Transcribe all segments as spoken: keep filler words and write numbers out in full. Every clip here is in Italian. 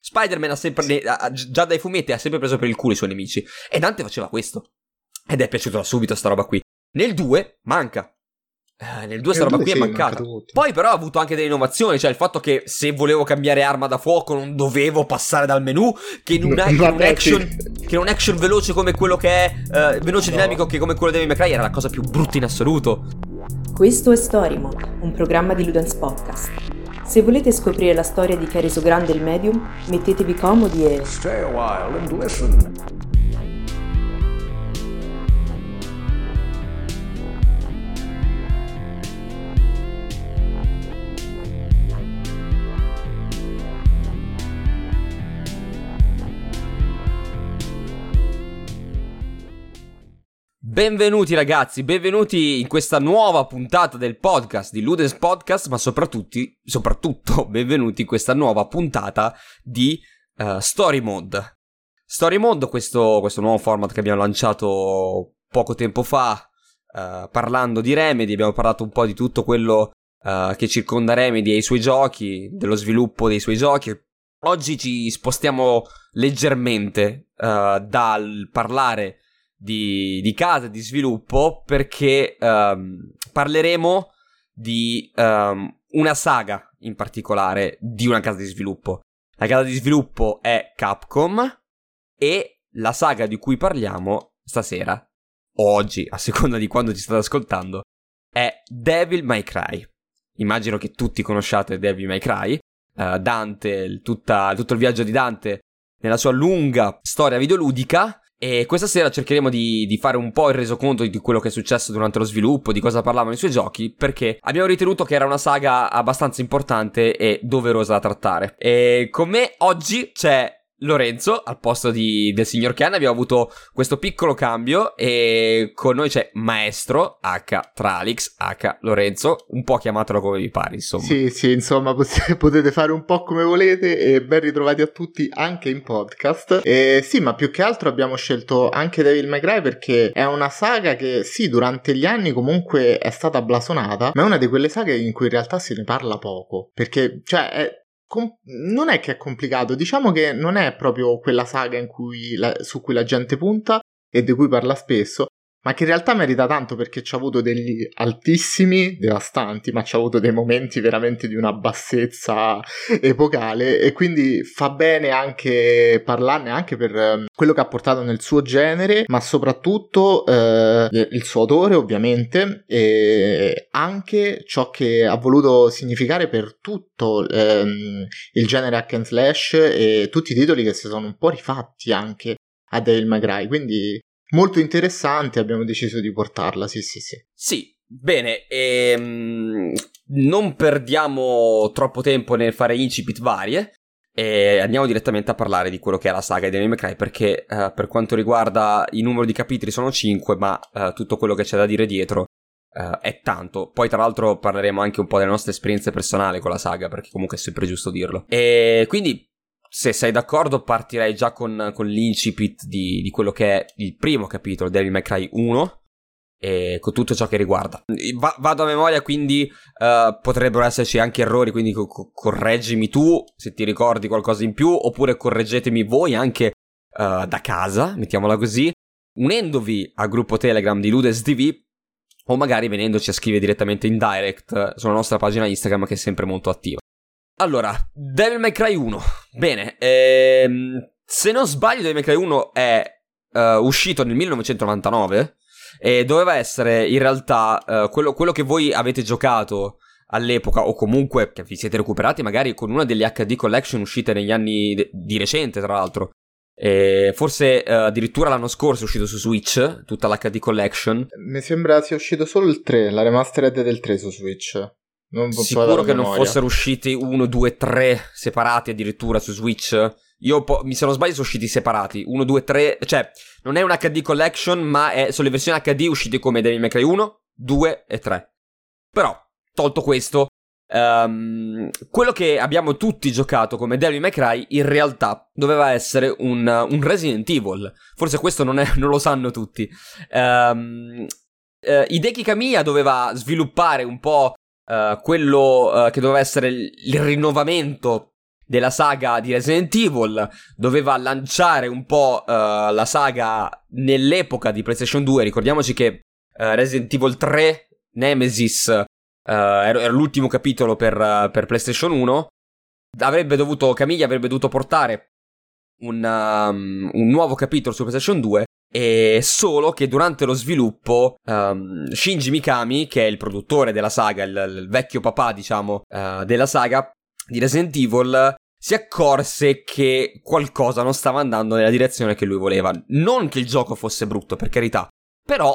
Spider-Man ha sempre, ha, già dai fumetti, ha sempre preso per il culo i suoi nemici. E Dante faceva questo. Ed è piaciuto da subito sta roba qui. Nel due manca. Eh, nel due sta roba qui sì, è mancata. Poi però ha avuto anche delle innovazioni, cioè il fatto che se volevo cambiare arma da fuoco non dovevo passare dal menu, che in un, che in un action che in un action veloce come quello che è eh, veloce e no. dinamico che come quello di Devil May Cry era la cosa più brutta in assoluto. Questo è Story Mode, un programma di Ludens Podcast. Se volete scoprire la storia di chi ha reso grande il medium, mettetevi comodi e stay a while and listen. Benvenuti ragazzi, benvenuti in questa nuova puntata del podcast di Ludens Podcast, ma soprattutto, soprattutto benvenuti in questa nuova puntata di uh, Story Mode. Story Mode, questo, questo nuovo format che abbiamo lanciato poco tempo fa, uh, parlando di Remedy, abbiamo parlato un po' di tutto quello uh, che circonda Remedy e i suoi giochi, dello sviluppo dei suoi giochi. Oggi ci spostiamo leggermente uh, dal parlare Di, di casa di sviluppo perché um, parleremo di um, una saga in particolare di una casa di sviluppo. La casa di sviluppo è Capcom e la saga di cui parliamo stasera o oggi, a seconda di quando ci state ascoltando, è Devil May Cry. Immagino che tutti conosciate Devil May Cry, uh, Dante, tutta, tutto il viaggio di Dante nella sua lunga storia videoludica. E questa sera cercheremo di, di fare un po' il resoconto di quello che è successo durante lo sviluppo, di cosa parlavano i suoi giochi, perché abbiamo ritenuto che era una saga abbastanza importante e doverosa da trattare. E con me oggi c'è Lorenzo al posto di, del signor Ken. Abbiamo avuto questo piccolo cambio e con noi c'è Maestro H Tralix H Lorenzo, un po' chiamatelo come vi pare, insomma. Sì, sì, insomma pot- potete fare un po' come volete e ben ritrovati a tutti anche in podcast. E sì, ma più che altro abbiamo scelto anche Devil May Cry perché è una saga che sì, durante gli anni comunque è stata blasonata, ma è una di quelle saghe in cui in realtà se ne parla poco, perché cioè è Com- non è che è complicato, diciamo che non è proprio quella saga in cui la- su cui la gente punta e di cui parla spesso, ma che in realtà merita tanto perché ci ha avuto degli altissimi, devastanti, ma ci ha avuto dei momenti veramente di una bassezza epocale e quindi fa bene anche parlarne anche per um, quello che ha portato nel suo genere, ma soprattutto uh, il suo autore ovviamente e anche ciò che ha voluto significare per tutto um, il genere hack and slash e tutti i titoli che si sono un po' rifatti anche a Devil May Cry, quindi molto interessante, abbiamo deciso di portarla, sì sì sì. Sì, bene, ehm, non perdiamo troppo tempo nel fare incipit varie e andiamo direttamente a parlare di quello che è la saga di Devil May Cry perché uh, per quanto riguarda il numero di capitoli sono cinque, ma uh, tutto quello che c'è da dire dietro uh, è tanto. Poi tra l'altro parleremo anche un po' delle nostre esperienze personali con la saga perché comunque è sempre giusto dirlo. E quindi se sei d'accordo partirei già con, con l'incipit di, di quello che è il primo capitolo Devil May Cry uno e con tutto ciò che riguarda. Va, vado a memoria, quindi uh, potrebbero esserci anche errori, quindi co- co- correggimi tu se ti ricordi qualcosa in più oppure correggetemi voi anche uh, da casa, mettiamola così, unendovi al gruppo Telegram di Ludens T V o magari venendoci a scrivere direttamente in direct sulla nostra pagina Instagram che è sempre molto attiva. Allora, Devil May Cry uno. Bene, ehm, se non sbaglio Devil May Cry uno è uh, uscito nel millenovecentonovantanove e doveva essere in realtà uh, quello, quello che voi avete giocato all'epoca o comunque che vi siete recuperati magari con una delle H D Collection uscite negli anni de- di recente tra l'altro. E forse uh, addirittura l'anno scorso è uscito su Switch tutta l'H D Collection. Mi sembra sia uscito solo il tre, la remastered del tre su Switch. Non sicuro che non fossero usciti uno, due, tre separati addirittura su Switch. Io po- se non sbaglio sono usciti separati uno, due, tre, cioè non è un H D Collection ma è, sono le versioni H D uscite come Devil May Cry uno, due e tre. Però tolto questo um, quello che abbiamo tutti giocato come Devil May Cry in realtà doveva essere un, un Resident Evil. Forse questo non, è, non lo sanno tutti. um, uh, Hideki Kamiya doveva sviluppare un po' Uh, quello uh, che doveva essere il, il rinnovamento della saga di Resident Evil, doveva lanciare un po' uh, la saga nell'epoca di PlayStation due. Ricordiamoci che uh, Resident Evil tre Nemesis uh, era, era l'ultimo capitolo per, uh, per PlayStation uno. Avrebbe dovuto, Camiglia avrebbe dovuto portare un, um, un nuovo capitolo su PlayStation due, e solo che durante lo sviluppo um, Shinji Mikami, che è il produttore della saga, il, il vecchio papà diciamo uh, della saga di Resident Evil, si accorse che qualcosa non stava andando nella direzione che lui voleva. Non che il gioco fosse brutto, per carità, però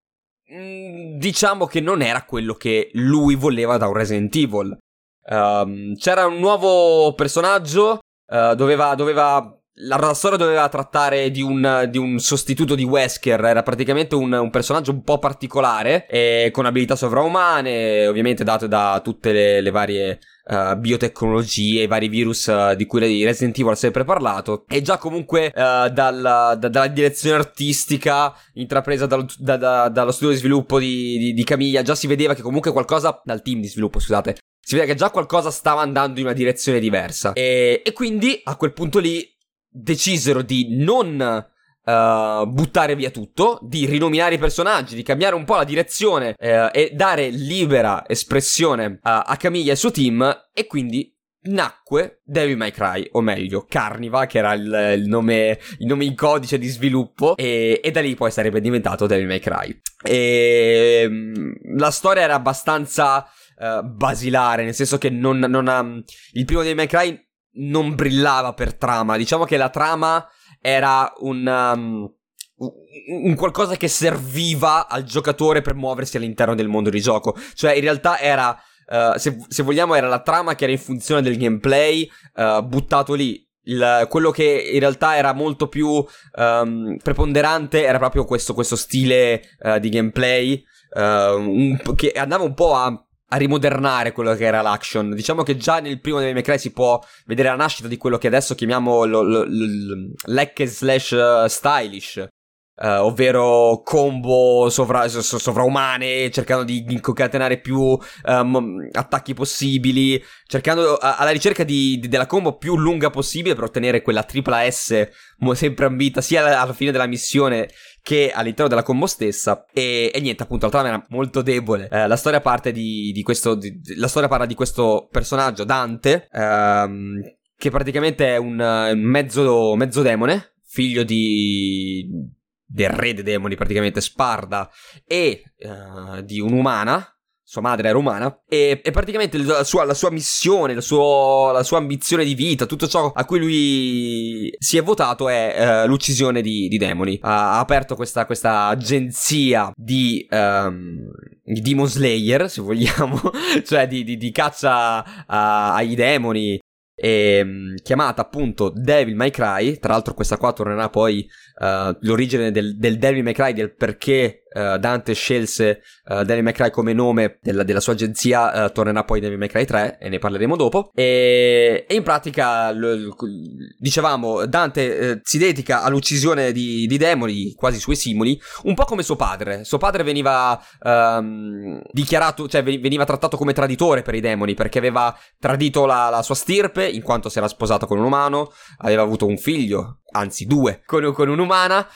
mh, diciamo che non era quello che lui voleva da un Resident Evil. Um, c'era un nuovo personaggio, uh, doveva, doveva La, la storia doveva trattare di un, di un sostituto di Wesker. Era praticamente un, un personaggio un po' particolare, e con abilità sovraumane, ovviamente date da tutte le, le varie uh, biotecnologie, i vari virus uh, di cui Resident Evil ha sempre parlato. E già comunque uh, dal, da, dalla direzione artistica intrapresa dal, da, da, dallo studio di sviluppo di, di, di Camiglia, già si vedeva che comunque qualcosa, dal team di sviluppo scusate, si vedeva che già qualcosa stava andando in una direzione diversa. E, e quindi a quel punto lì decisero di non uh, buttare via tutto, di rinominare i personaggi, di cambiare un po' la direzione uh, e dare libera espressione uh, a Camiglia e il suo team, e quindi nacque Devil May Cry, o meglio Carniva, che era il, il, nome, il nome in codice di sviluppo, e, e da lì poi sarebbe diventato Devil May Cry. E um, la storia era abbastanza uh, basilare, nel senso che non, non ha, il primo Devil May Cry non brillava per trama. Diciamo che la trama era un, um, un qualcosa che serviva al giocatore per muoversi all'interno del mondo di gioco. Cioè in realtà era, uh, se, se vogliamo, era la trama che era in funzione del gameplay, uh, buttato lì. Il, quello che in realtà era molto più um, preponderante era proprio questo, questo stile uh, di gameplay uh, un, che andava un po' a a rimodernare quello che era l'action. Diciamo che già nel primo Devil May Cry si può vedere la nascita di quello che adesso chiamiamo lo, lo, lo, l'hack and slash uh, stylish, uh, ovvero combo sovra, sovraumane, cercando di inconcatenare più um, attacchi possibili, cercando uh, alla ricerca di, di, della combo più lunga possibile per ottenere quella tripla S sempre ambita sia alla, alla fine della missione che all'interno della combo stessa. E, e niente, appunto, la trama era molto debole. Eh, la storia parte di, di questo di, la storia parla di questo personaggio, Dante, ehm, che praticamente è un, un mezzo, mezzo demone, figlio di del re dei demoni, praticamente Sparda, e uh, di un'umana. Sua madre era umana, e, e praticamente la sua, la sua missione, la sua, la sua ambizione di vita, tutto ciò a cui lui si è votato è uh, l'uccisione di, di demoni. Ha, ha aperto questa, questa agenzia di, um, di Demon Slayer, se vogliamo, cioè di, di, di caccia a, ai demoni, e, um, chiamata appunto Devil May Cry. Tra l'altro questa qua tornerà poi uh, l'origine del, del Devil May Cry, del perché Uh, Dante scelse uh, Devil May Cry come nome della, della sua agenzia, uh, tornerà poi Devil May Cry tre e ne parleremo dopo. E, e in pratica l, l, dicevamo Dante uh, si dedica all'uccisione di, di demoni, quasi suoi simili, un po' come suo padre. Suo padre veniva um, dichiarato, cioè veniva trattato come traditore per i demoni, perché aveva tradito la, la sua stirpe in quanto si era sposato con un umano, aveva avuto un figlio, anzi due, con, con un'umana,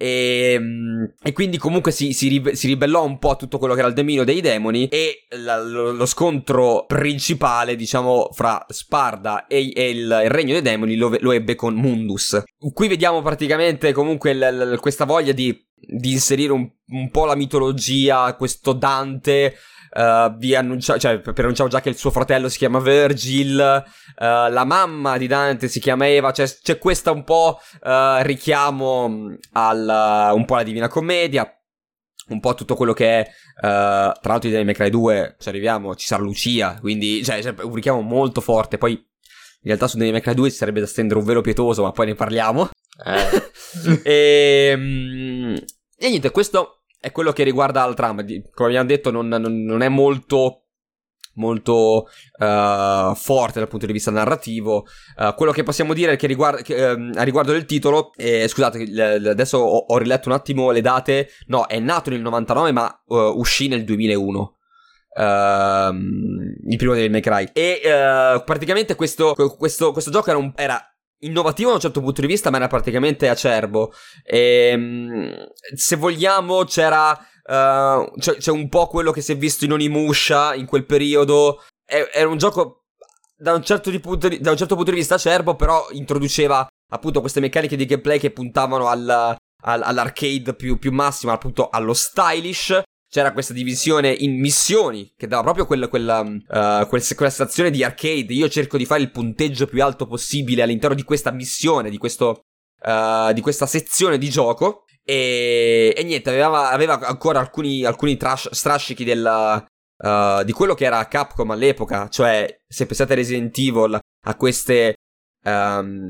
e, e quindi comunque si, si, ribe, si ribellò un po' a tutto quello che era il dominio dei demoni, e la, lo, lo scontro principale, diciamo, fra Sparda e, e il, il regno dei demoni lo, lo ebbe con Mundus. Qui vediamo praticamente comunque l, l, questa voglia di, di inserire un, un po' la mitologia, questo Dante. Uh, vi annuncia- cioè, preannunciamo già che il suo fratello si chiama Virgil, uh, la mamma di Dante si chiama Eva, cioè c'è questa un po' uh, richiamo al, uh, un po' alla Divina Commedia, un po' tutto quello che è, uh, tra l'altro in Devil May Cry due, ci arriviamo, ci sarà Lucia, quindi cioè, c'è un richiamo molto forte. Poi in realtà su Devil May Cry due ci sarebbe da stendere un velo pietoso, ma poi ne parliamo. Eh. e, um, e niente, questo è quello che riguarda la trama. Come abbiamo detto, non, non, non è molto molto uh, forte dal punto di vista narrativo. Uh, quello che possiamo dire è che, riguarda, che uh, a riguardo del titolo, eh, scusate, l- l- adesso ho, ho riletto un attimo le date. No, è nato nel novantanove, ma uh, uscì nel duemilauno. il primo Devil May Cry. E uh, praticamente questo, questo, questo gioco era, un, era innovativo da un certo punto di vista, ma era praticamente acerbo. E, um, se vogliamo, c'era uh, c'è, c'è un po' quello che si è visto in Onimusha in quel periodo. È, era un gioco da un certo di punto di, da un certo punto di vista acerbo, però introduceva appunto queste meccaniche di gameplay che puntavano al, al, all'arcade più, più massimo, appunto allo stylish. C'era questa divisione in missioni che dava proprio quella, quella, uh, quella, quella sensazione di arcade. Io cerco di fare il punteggio più alto possibile all'interno di questa missione, di questo uh, di questa sezione di gioco. E, e niente, aveva, aveva ancora alcuni, alcuni trash, strascichi della, uh, di quello che era Capcom all'epoca. Cioè, se pensate a Resident Evil, a queste um,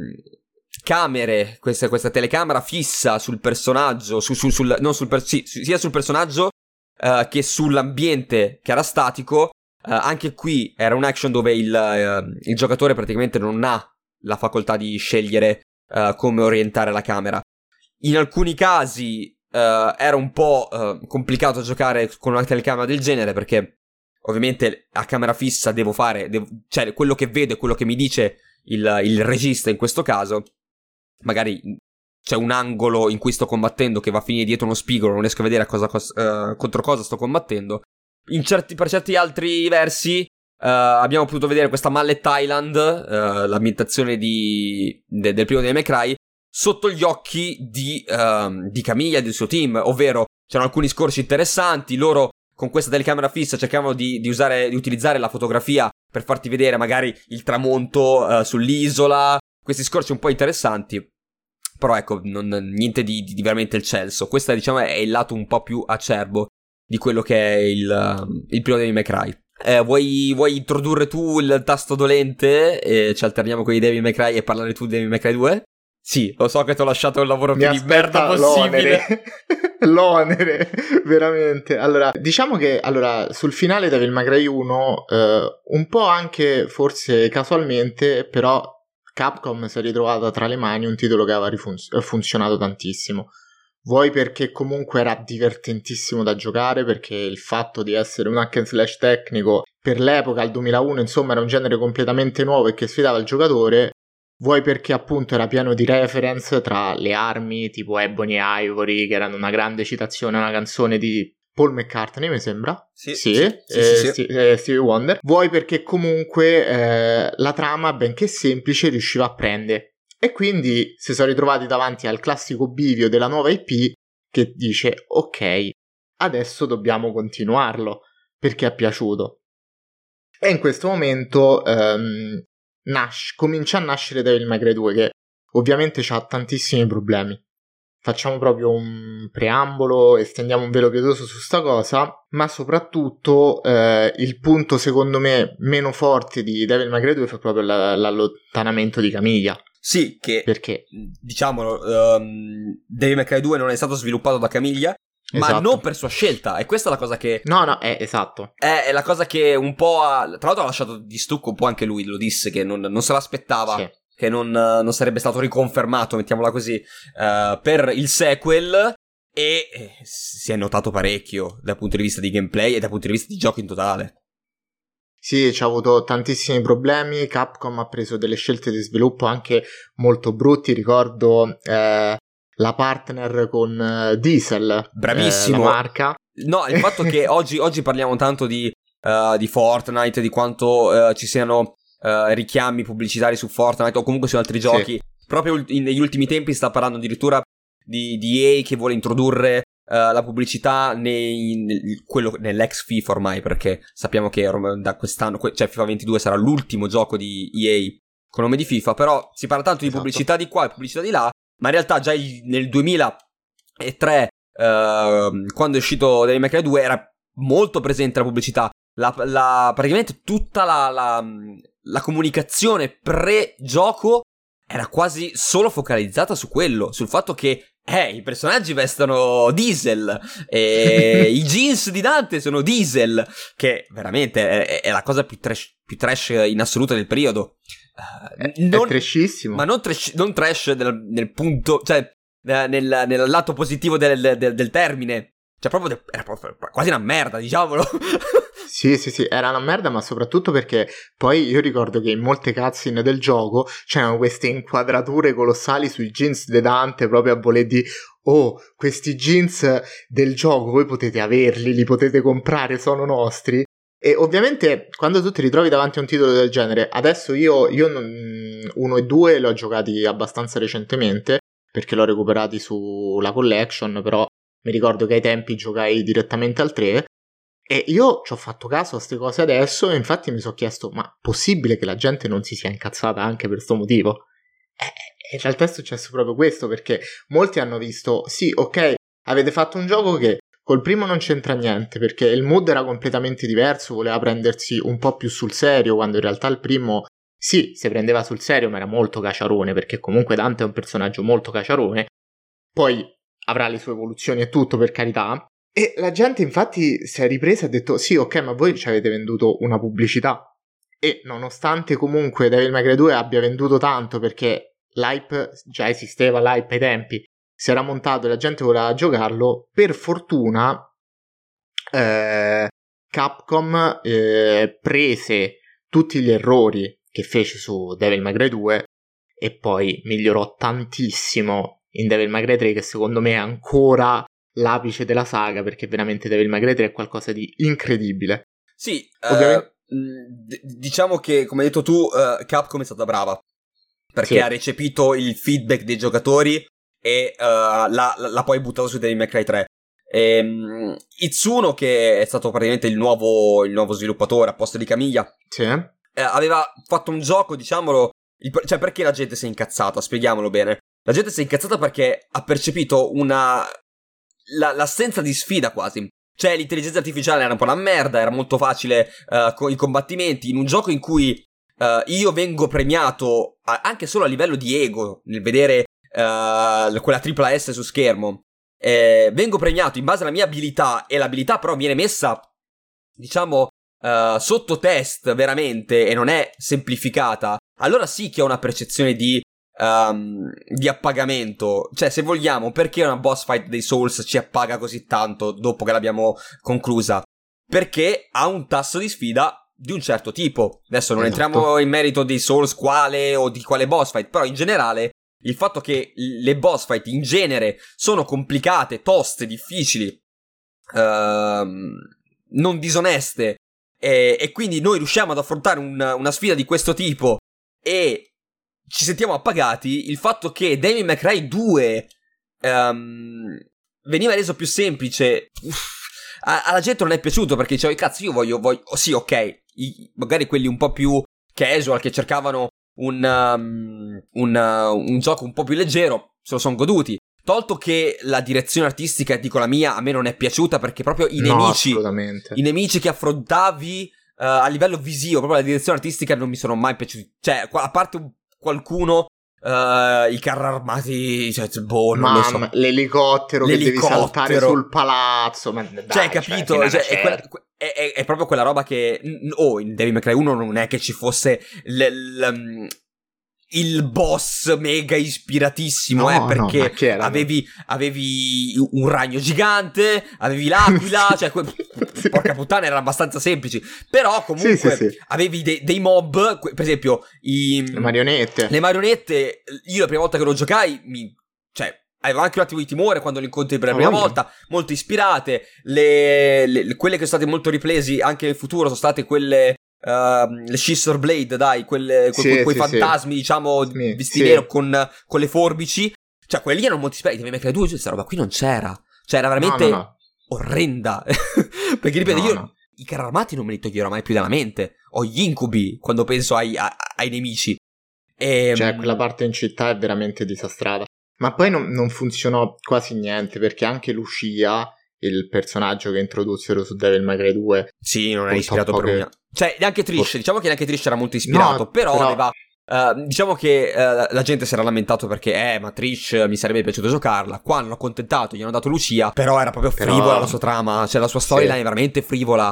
camere, questa, questa telecamera fissa sul personaggio, su, su, sul, non sul per, sì, sia sul personaggio Uh, che sull'ambiente che era statico. Uh, anche qui era un action dove il, uh, il giocatore praticamente non ha la facoltà di scegliere uh, come orientare la camera. In alcuni casi uh, era un po' uh, complicato giocare con una telecamera del genere, perché ovviamente a camera fissa devo fare devo, cioè quello che vedo è quello che mi dice il, il regista in questo caso. Magari c'è un angolo in cui sto combattendo che va a finire dietro uno spigolo, non riesco a vedere a cosa, uh, contro cosa sto combattendo. In certi, per certi altri versi uh, abbiamo potuto vedere questa Mallet Island, uh, l'ambientazione di, de, del primo Devil May Cry, sotto gli occhi di, uh, di Camilla e del suo team, ovvero c'erano alcuni scorci interessanti. Loro con questa telecamera fissa cercavano di, di, usare, di utilizzare la fotografia per farti vedere magari il tramonto uh, sull'isola, questi scorci un po' interessanti. Però ecco, non, niente di, di veramente eccelso. Questo diciamo è il lato un po' più acerbo di quello che è il, il primo Devil May Cry. Eh, vuoi, vuoi introdurre tu il tasto dolente e ci alterniamo con i Devil May Cry e parlare tu di Devil May Cry due? Sì, lo so che ti ho lasciato il lavoro Mi più di merda possibile. L'onere. L'onere, veramente. Allora, diciamo che allora sul finale Devil May Cry uno, eh, un po' anche forse casualmente, però Capcom si è ritrovata tra le mani un titolo che aveva rifun- funzionato tantissimo. Vuoi perché comunque era divertentissimo da giocare, perché il fatto di essere un hack and slash tecnico per l'epoca, al duemilauno, insomma, era un genere completamente nuovo e che sfidava il giocatore. Vuoi perché appunto era pieno di reference tra le armi, tipo Ebony e Ivory, che erano una grande citazione a una canzone di Paul McCartney, mi sembra. Sì, sì, sì, eh, sì, sì, sì. St- eh, Stevie Wonder. Vuoi perché comunque eh, la trama, benché semplice, riusciva a prendere. E quindi si sono ritrovati davanti al classico bivio della nuova I P che dice ok, adesso dobbiamo continuarlo perché è piaciuto. E in questo momento ehm, nasce, comincia a nascere Devil May Cry due, che ovviamente ha tantissimi problemi. Facciamo proprio un preambolo, estendiamo un velo pietoso su sta cosa, ma soprattutto eh, il punto secondo me meno forte di Devil May Cry due fa proprio la, l'allontanamento di Camilla. Sì, che perché diciamolo, um, Devil May Cry due non è stato sviluppato da Camilla, esatto. ma non per sua scelta, e questa è la cosa che no no è esatto è, è la cosa che un po' ha, tra l'altro ha lasciato di stucco un po' anche lui, lo disse che non, non se l'aspettava, sì. Che non, non sarebbe stato riconfermato, mettiamola così, uh, per il sequel, e eh, si è notato parecchio dal punto di vista di gameplay e dal punto di vista di gioco in totale. Sì, ci ha avuto tantissimi problemi. Capcom ha preso delle scelte di sviluppo anche molto brutti. Ricordo eh, la partner con uh, Diesel, bravissimo, eh, la marca. No, il fatto che oggi, oggi parliamo tanto di, uh, di Fortnite, di quanto uh, ci siano uh, richiami pubblicitari su Fortnite o comunque su altri giochi. Sì. Proprio in, negli ultimi tempi si sta parlando addirittura di, di E A che vuole introdurre Uh, la pubblicità nei, nel, quello, nell'ex FIFA ormai, perché sappiamo che da quest'anno, cioè FIFA ventidue sarà l'ultimo gioco di E A con nome di FIFA, però si parla tanto di esatto. pubblicità di qua e pubblicità di là, ma in realtà già il, nel duemilatré uh, quando è uscito Devil May Cry due era molto presente la pubblicità, la, la, praticamente tutta la, la, la comunicazione pre-gioco era quasi solo focalizzata su quello, sul fatto che Eh, i personaggi vestono Diesel e i jeans di Dante sono Diesel, che veramente è, è la cosa più trash, più trash in assoluto del periodo. Uh, non, è trashissimo. Ma non trash, non trash nel, nel punto, cioè nel, nel lato positivo del, del, del termine. Cioè proprio, era proprio quasi una merda, diciamolo. Sì, sì, sì, era una merda, ma soprattutto perché poi io ricordo che in molte cutscene del gioco c'erano queste inquadrature colossali sui jeans di Dante, proprio a voler di oh, questi jeans del gioco voi potete averli, li potete comprare, sono nostri. E ovviamente quando tu ti ritrovi davanti a un titolo del genere, adesso io, io non, uno e due l'ho giocati abbastanza recentemente, perché l'ho recuperati sulla collection, però mi ricordo che ai tempi giocai direttamente al tre. E io ci ho fatto caso a queste cose adesso e infatti mi sono chiesto, ma possibile che la gente non si sia incazzata anche per sto motivo? E in realtà è successo proprio questo, perché molti hanno visto, sì, ok, avete fatto un gioco che col primo non c'entra niente, perché il mood era completamente diverso, voleva prendersi un po' più sul serio, quando in realtà il primo, sì, si prendeva sul serio, ma era molto caciarone, perché comunque Dante è un personaggio molto caciarone, poi avrà le sue evoluzioni e tutto, per carità. E la gente infatti si è ripresa e ha detto sì, ok, ma voi ci avete venduto una pubblicità. E nonostante comunque Devil May Cry due abbia venduto tanto, perché l'hype già esisteva, l'hype ai tempi si era montato e la gente voleva giocarlo, per fortuna eh, Capcom eh, prese tutti gli errori che fece su Devil May Cry due e poi migliorò tantissimo in Devil May Cry tre, che secondo me è ancora l'apice della saga, perché veramente Devil May Cry tre è qualcosa di incredibile. Sì, ovviamente uh, d- diciamo che, come hai detto tu, uh, Capcom è stata brava, perché sì, ha recepito il feedback dei giocatori e uh, l'ha, l'ha poi buttato su Devil May Cry tre. E, um, Itsuno, che è stato praticamente il nuovo, il nuovo sviluppatore a posto di Camiglia, sì, eh, aveva fatto un gioco, diciamolo, il, cioè perché la gente si è incazzata, spieghiamolo bene. La gente si è incazzata perché ha percepito una... La, l'assenza di sfida quasi. Cioè l'intelligenza artificiale era un po' una merda, era molto facile uh, con i combattimenti, in un gioco in cui uh, io vengo premiato a, anche solo a livello di ego nel vedere uh, quella tripla S su schermo, eh, vengo premiato in base alla mia abilità, e l'abilità però viene messa, diciamo, uh, sotto test veramente, e non è semplificata. Allora sì che ho una percezione di Um, di appagamento. Cioè, se vogliamo, perché una boss fight dei Souls ci appaga così tanto dopo che l'abbiamo conclusa? Perché ha un tasso di sfida di un certo tipo. Adesso non esatto. entriamo in merito dei Souls quale o di quale boss fight, però in generale il fatto che le boss fight in genere sono complicate, toste, difficili, uh, non disoneste, e, e quindi noi riusciamo ad affrontare un, una sfida di questo tipo e ci sentiamo appagati. Il fatto che Devil May Cry due um, veniva reso più semplice, uff, a- alla gente non è piaciuto, perché diceva, cazzo, io voglio, voglio oh, sì, ok, I, magari quelli un po' più casual che cercavano un, um, un, uh, un gioco un po' più leggero se lo sono goduti. Tolto che la direzione artistica, dico la mia, a me non è piaciuta, perché proprio i no, nemici assolutamente. i nemici che affrontavi uh, a livello visivo, proprio la direzione artistica, non mi sono mai piaciuti. Cioè, a parte un qualcuno, uh, i carri armati, cioè, boh, non ma, lo so. Ma l'elicottero, l'elicottero che devi saltare sul palazzo, ma dai, cioè, capito? Cioè, cioè, è, quella, è, è, è proprio quella roba che, oh, in Devil May Cry uno non è che ci fosse l, l, il boss mega ispiratissimo, no, eh, perché no, avevi, avevi un ragno gigante, avevi l'aquila, cioè, que- sì. porca puttana, erano abbastanza semplici. Però comunque sì, sì, sì. avevi de- dei mob, per esempio i, le marionette. Le marionette, io la prima volta che lo giocai, mi, cioè, avevo anche un attimo di timore quando lo incontri per la prima oh, volta, molto ispirate. Le, le, quelle che sono state molto ripresi anche nel futuro sono state quelle... Uh, le Scissor Blade, dai, quelle, que, sì, que, quei sì, fantasmi, sì. diciamo, sì, vestiti sì. nero con, con le forbici. Cioè, quelli lì erano molto ispirati. Devil May Cry due, questa roba qui non c'era. Cioè, era veramente no, no, no. orrenda. Perché, ripeto, no, io no. i carri armati non me li toglierò mai più dalla mente. Ho gli incubi quando penso ai, ai, ai nemici. E, cioè, quella parte in città è veramente disastrata. Ma poi non, non funzionò quasi niente, perché anche Lucia, il personaggio che introdussero su Devil May Cry due, sì, non è ispirato per che... una... Cioè, neanche Trish, Por... diciamo che neanche Trish era molto ispirato, no, però, però... aveva... Uh, diciamo che uh, la gente si era lamentato perché, eh, ma Trish mi sarebbe piaciuto giocarla. Qua hanno accontentato, gli hanno dato Lucia, però era proprio frivola però... la sua trama, cioè la sua storyline sì. è veramente frivola,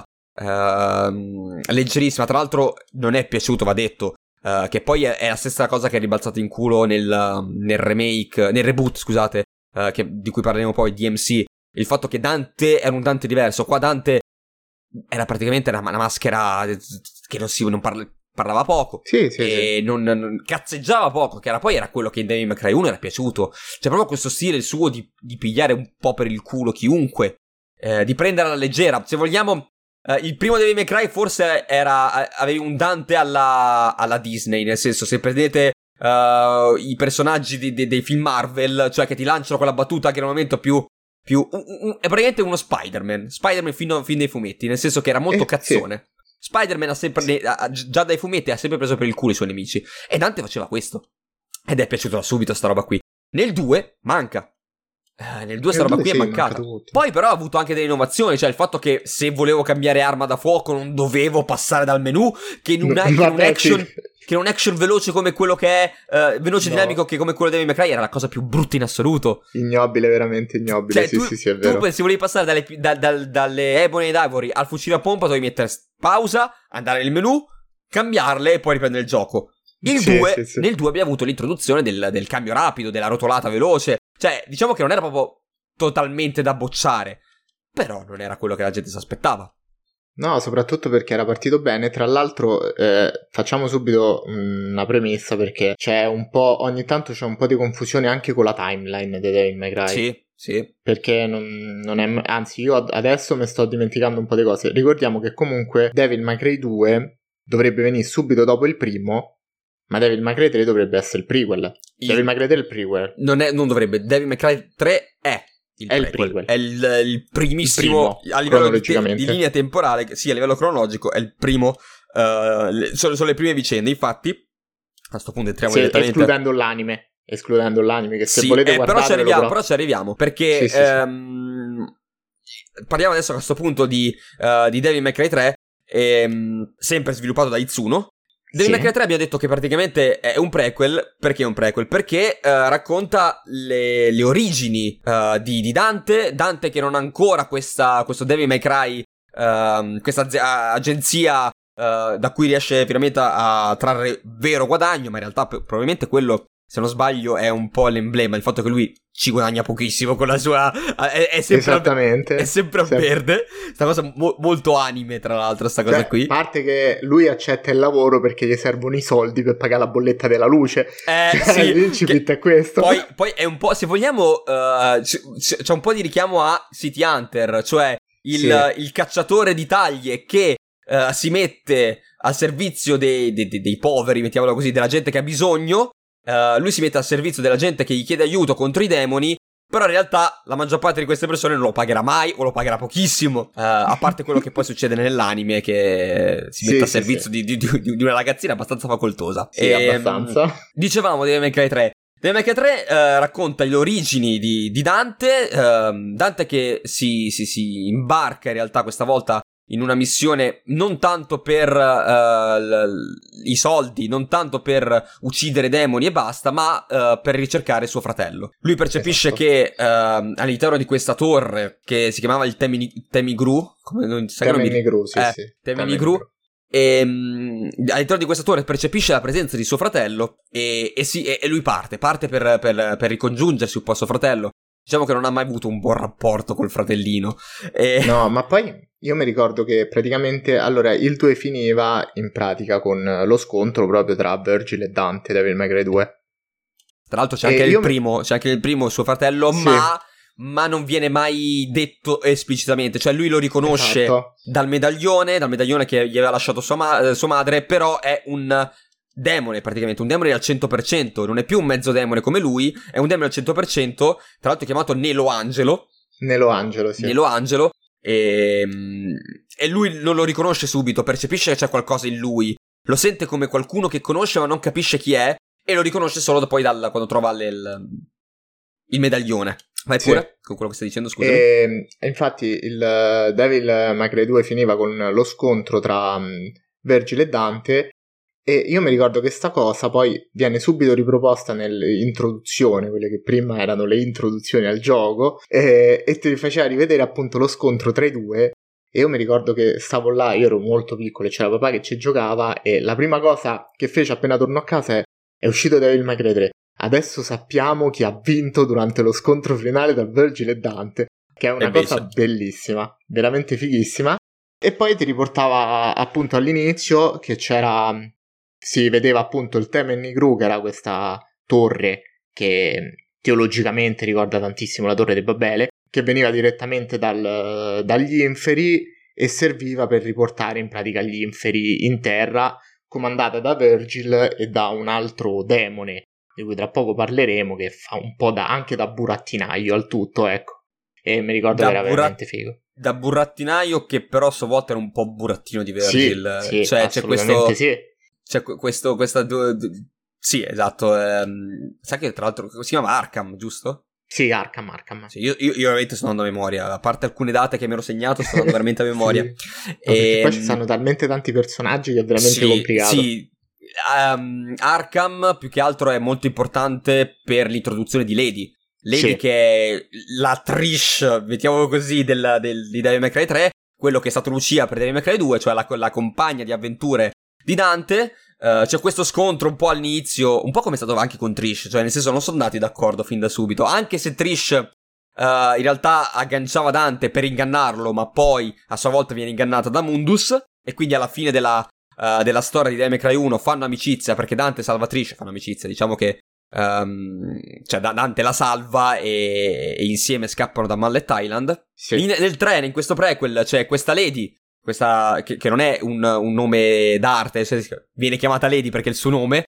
uh, leggerissima. Tra l'altro non è piaciuto, va detto, uh, che poi è, è la stessa cosa che è ribalzato in culo nel, nel remake, nel reboot, scusate, uh, che, di cui parleremo poi, D M C. Il fatto che Dante era un Dante diverso. Qua Dante era praticamente una, una maschera che non si non parla, parlava poco, sì, sì, e sì. Non, non cazzeggiava poco, che era poi era quello che in Devil May Cry uno era piaciuto. Cioè proprio questo stile suo di, di pigliare un po' per il culo chiunque, eh, di prendere alla leggera. Se vogliamo, eh, il primo Devil May Cry forse era avevi un Dante alla, alla Disney, nel senso, se prendete uh, i personaggi di, di, dei film Marvel, cioè che ti lanciano quella battuta che era un momento più più un, un, è praticamente uno Spider-Man Spider-Man fino, fin dai fumetti, nel senso che era molto eh, cazzone. Sì. Spider-Man ha sempre, sì. ha, già dai fumetti ha sempre preso per il culo i suoi nemici, e Dante faceva questo ed è piaciuto da subito sta roba qui. Nel due manca, eh, nel due sta roba qui sì, è mancata. Poi però ha avuto anche delle innovazioni, cioè il fatto che se volevo cambiare arma da fuoco non dovevo passare dal menu, che in un, no, che in un action sì. che in un action veloce come quello che è, uh, veloce no. dinamico che come quello di Devil May Cry era la cosa più brutta in assoluto. Ignobile, veramente ignobile. Cioè, sì, tu, sì, sì, è vero. Tu se volevi passare dalle, da, da, dalle Ebony ed Ivory al fucile a pompa, dovevi mettere pausa, andare nel menu, cambiarle e poi riprendere il gioco. Il sì, due, sì, sì. Nel due abbiamo avuto l'introduzione del, del cambio rapido, della rotolata veloce. Cioè, diciamo che non era proprio totalmente da bocciare, però non era quello che la gente si aspettava. No, soprattutto perché era partito bene. Tra l'altro eh, facciamo subito una premessa, perché c'è un po', ogni tanto c'è un po' di confusione anche con la timeline di Devil May Cry. Sì, sì. Perché non, non è, anzi io adesso mi sto dimenticando un po' di cose. Ricordiamo che comunque Devil May Cry due dovrebbe venire subito dopo il primo, ma Devil May Cry tre dovrebbe essere il prequel. Il... Devil May Cry tre è il prequel. Non, è, non dovrebbe, Devil May Cry tre è Il è prequel. il prequel. È il, il primissimo, il primo, a livello di, te, di linea temporale, sì, a livello cronologico è il primo, uh, le, sono, sono le prime vicende. Infatti a sto punto entriamo sì, direttamente, escludendo l'anime escludendo l'anime che se sì, volete eh, guardare però ci arriviamo, però... però ci arriviamo perché sì, sì, ehm, sì. Parliamo adesso a questo punto di, uh, di Devil May Cry tre, ehm, sempre sviluppato da Itsuno. Devil May Cry tre abbiamo detto che praticamente è un prequel. Perché è un prequel? Perché uh, racconta le, le origini uh, di, di Dante. Dante che non ha ancora questa, questo Devil May Cry, uh, questa az- agenzia uh, da cui riesce finalmente a, a trarre vero guadagno, ma in realtà p- probabilmente quello, se non sbaglio, è un po' l'emblema, il fatto che lui ci guadagna pochissimo con la sua... È, è sempre Esattamente. A, è sempre a sempre. verde. Sta cosa mo- molto anime, tra l'altro, sta cosa cioè, qui. A parte che lui accetta il lavoro perché gli servono i soldi per pagare la bolletta della luce. Eh, cioè, sì. L'incipit è questo. Poi, poi è un po', se vogliamo, uh, c- c- c'è un po' di richiamo a City Hunter, cioè il, sì. uh, il cacciatore di taglie che uh, si mette al servizio dei, dei, dei, dei poveri, mettiamolo così, della gente che ha bisogno. Uh, lui si mette al servizio della gente che gli chiede aiuto contro i demoni, però in realtà la maggior parte di queste persone non lo pagherà mai o lo pagherà pochissimo, uh, a parte quello che poi succede nell'anime, che si mette sì, al sì, servizio sì. Di, di, di una ragazzina abbastanza facoltosa. Sì, e, abbastanza. Dicevamo Devil May Cry tre. Devil May Cry tre uh, racconta le origini di, di Dante, uh, Dante che si, si, si imbarca in realtà questa volta in una missione non tanto per uh, l- l- i soldi, non tanto per uccidere demoni e basta, ma uh, per ricercare suo fratello. Lui percepisce esatto. che uh, all'interno di questa torre, che si chiamava il Temini- Temigru, come non sai Temigru, sì, eh, sì. Temigru, e um, all'interno di questa torre percepisce la presenza di suo fratello e, e, si, e, e lui parte, parte per, per, per ricongiungersi un po' a suo fratello. Diciamo che non ha mai avuto un buon rapporto col fratellino. E... No, ma poi io mi ricordo che praticamente, allora, il due finiva in pratica con lo scontro proprio tra Virgil e Dante, Devil May Cry due. Tra l'altro c'è anche e il io... primo, c'è anche il primo suo fratello, sì. ma, ma non viene mai detto esplicitamente. Cioè lui lo riconosce esatto. dal medaglione, dal medaglione che gli aveva lasciato sua, ma- sua madre, però è un... demone, praticamente un demone al cento per cento, non è più un mezzo demone come lui, è un demone al cento per cento, tra l'altro chiamato Nelo Angelo. Nelo Angelo, sì. Nelo Angelo, e, e lui non lo riconosce subito, percepisce che c'è qualcosa in lui, lo sente come qualcuno che conosce ma non capisce chi è, e lo riconosce solo poi dal, quando trova le, il, il medaglione. Vai pure, sì. Con quello che stai dicendo, scusami. E, infatti il Devil May Cry due finiva con lo scontro tra um, Virgil e Dante. E io mi ricordo che sta cosa poi viene subito riproposta nell'introduzione, quelle che prima erano le introduzioni al gioco, e, e ti faceva rivedere appunto lo scontro tra i due. E io mi ricordo che stavo là, io ero molto piccolo e c'era papà che ci giocava, e la prima cosa che fece appena tornò a casa è: è uscito Devil May Cry tre, adesso sappiamo chi ha vinto durante lo scontro finale tra Virgil e Dante, che è una e cosa invece... bellissima, veramente fighissima. E poi ti riportava appunto all'inizio che c'era, si vedeva appunto il Temel Gru, che era questa torre che teologicamente ricorda tantissimo la torre di Babele, che veniva direttamente dal, dagli inferi e serviva per riportare in pratica gli inferi in terra, comandata da Virgil e da un altro demone, di cui tra poco parleremo, che fa un po' da, anche da burattinaio al tutto, ecco. E mi ricordo da che era burat- veramente figo. Da burattinaio che però a sua volta era un po' burattino di Virgil. Sì, sì, cioè, c'è questo, sì. C'è questo, questa... Du, du, sì, esatto. Ehm, sai che tra l'altro si chiama Arkham, giusto? Sì, Arkham, Arkham. Sì, io, io, io veramente sto andando a memoria. A parte alcune date che mi ero segnato, sto andando veramente a memoria. Sì. E poi ci stanno talmente tanti personaggi che è veramente sì, complicato. Sì, um, Arkham più che altro è molto importante per l'introduzione di Lady. Lady sì. Che è la Trish, mettiamolo così, del, del, di Devil May Cry tre, quello che è stato Lucia per Devil May Cry due, cioè la, la compagna di avventure di Dante. Uh, c'è questo scontro un po' all'inizio, un po' come è stato anche con Trish, cioè nel senso non sono andati d'accordo fin da subito, anche se Trish uh, in realtà agganciava Dante per ingannarlo, ma poi a sua volta viene ingannata da Mundus, e quindi alla fine della, uh, della storia di Devil May Cry uno fanno amicizia, perché Dante salva Trish, fanno amicizia, diciamo che um, cioè Dante la salva e, e insieme scappano da Mallet Island. Sì. In, nel tre, in questo prequel, c'è questa Lady, questa che, che non è un, un nome d'arte, cioè, viene chiamata Lady perché è il suo nome,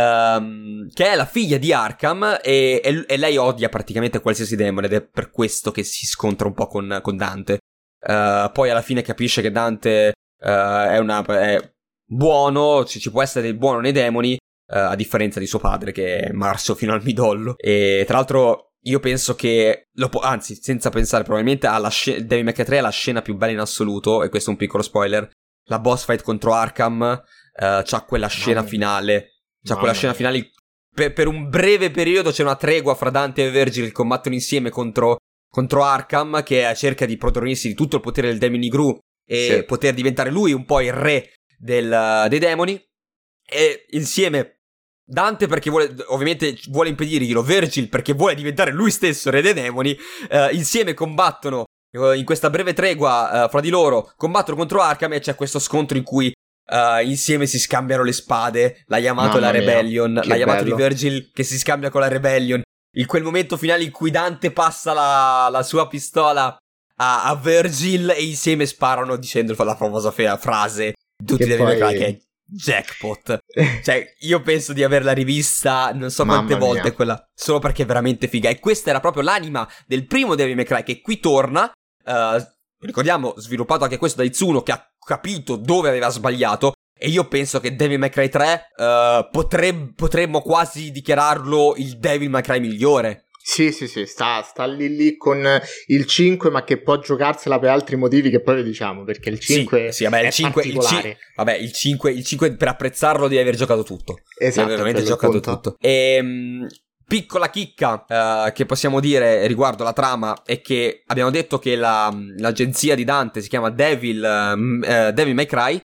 um, che è la figlia di Arkham, e, e, e lei odia praticamente qualsiasi demone, ed è per questo che si scontra un po' con, con Dante. Uh, poi alla fine capisce che Dante uh, è, una, è buono, ci, ci può essere del buono nei demoni, uh, a differenza di suo padre che è marcio fino al midollo. E tra l'altro io penso che, lo po- anzi, senza pensare, probabilmente alla sc- Devil May Cry tre è la scena più bella in assoluto, e questo è un piccolo spoiler. La boss fight contro Arkham uh, c'ha quella scena Mamma finale, c'ha Mamma quella scena mia. finale. Per, per un breve periodo c'è una tregua fra Dante e Virgil che combattono insieme contro, contro Arkham, che cerca di protagonista di tutto il potere del Demon Gru e sì. poter diventare lui un po' il re del, dei demoni. E insieme Dante perché vuole, ovviamente vuole impedirglielo, Virgil perché vuole diventare lui stesso re dei demoni, eh, insieme combattono eh, in questa breve tregua eh, fra di loro, combattono contro Arkham, e c'è questo scontro in cui eh, insieme si scambiano le spade, la Yamato e la Rebellion, mia, la Yamato bello. di Virgil che si scambia con la Rebellion, in quel momento finale in cui Dante passa la, la sua pistola a, a Virgil e insieme sparano dicendo la famosa fea frase tutti devono poi... Cry, che è jackpot. Cioè io penso di averla rivista non so quante Mamma volte mia. quella, solo perché è veramente figa, e questa era proprio l'anima del primo Devil May Cry che qui torna, uh, ricordiamo sviluppato anche questo da Itsuno, che ha capito dove aveva sbagliato, e io penso che Devil May Cry tre uh, potreb- potremmo quasi dichiararlo il Devil May Cry migliore. Sì, sì, sì, sta, sta lì lì con il cinque, ma che può giocarsela per altri motivi che poi vi diciamo, perché il cinque sì, sì, vabbè, è il cinque, particolare. Il c- vabbè, il cinque, il cinque per apprezzarlo devi aver giocato tutto. Esatto, devi veramente giocato tutto. E mh, piccola chicca uh, che possiamo dire riguardo la trama è che abbiamo detto che la, l'agenzia di Dante si chiama Devil, uh, uh, Devil May Cry,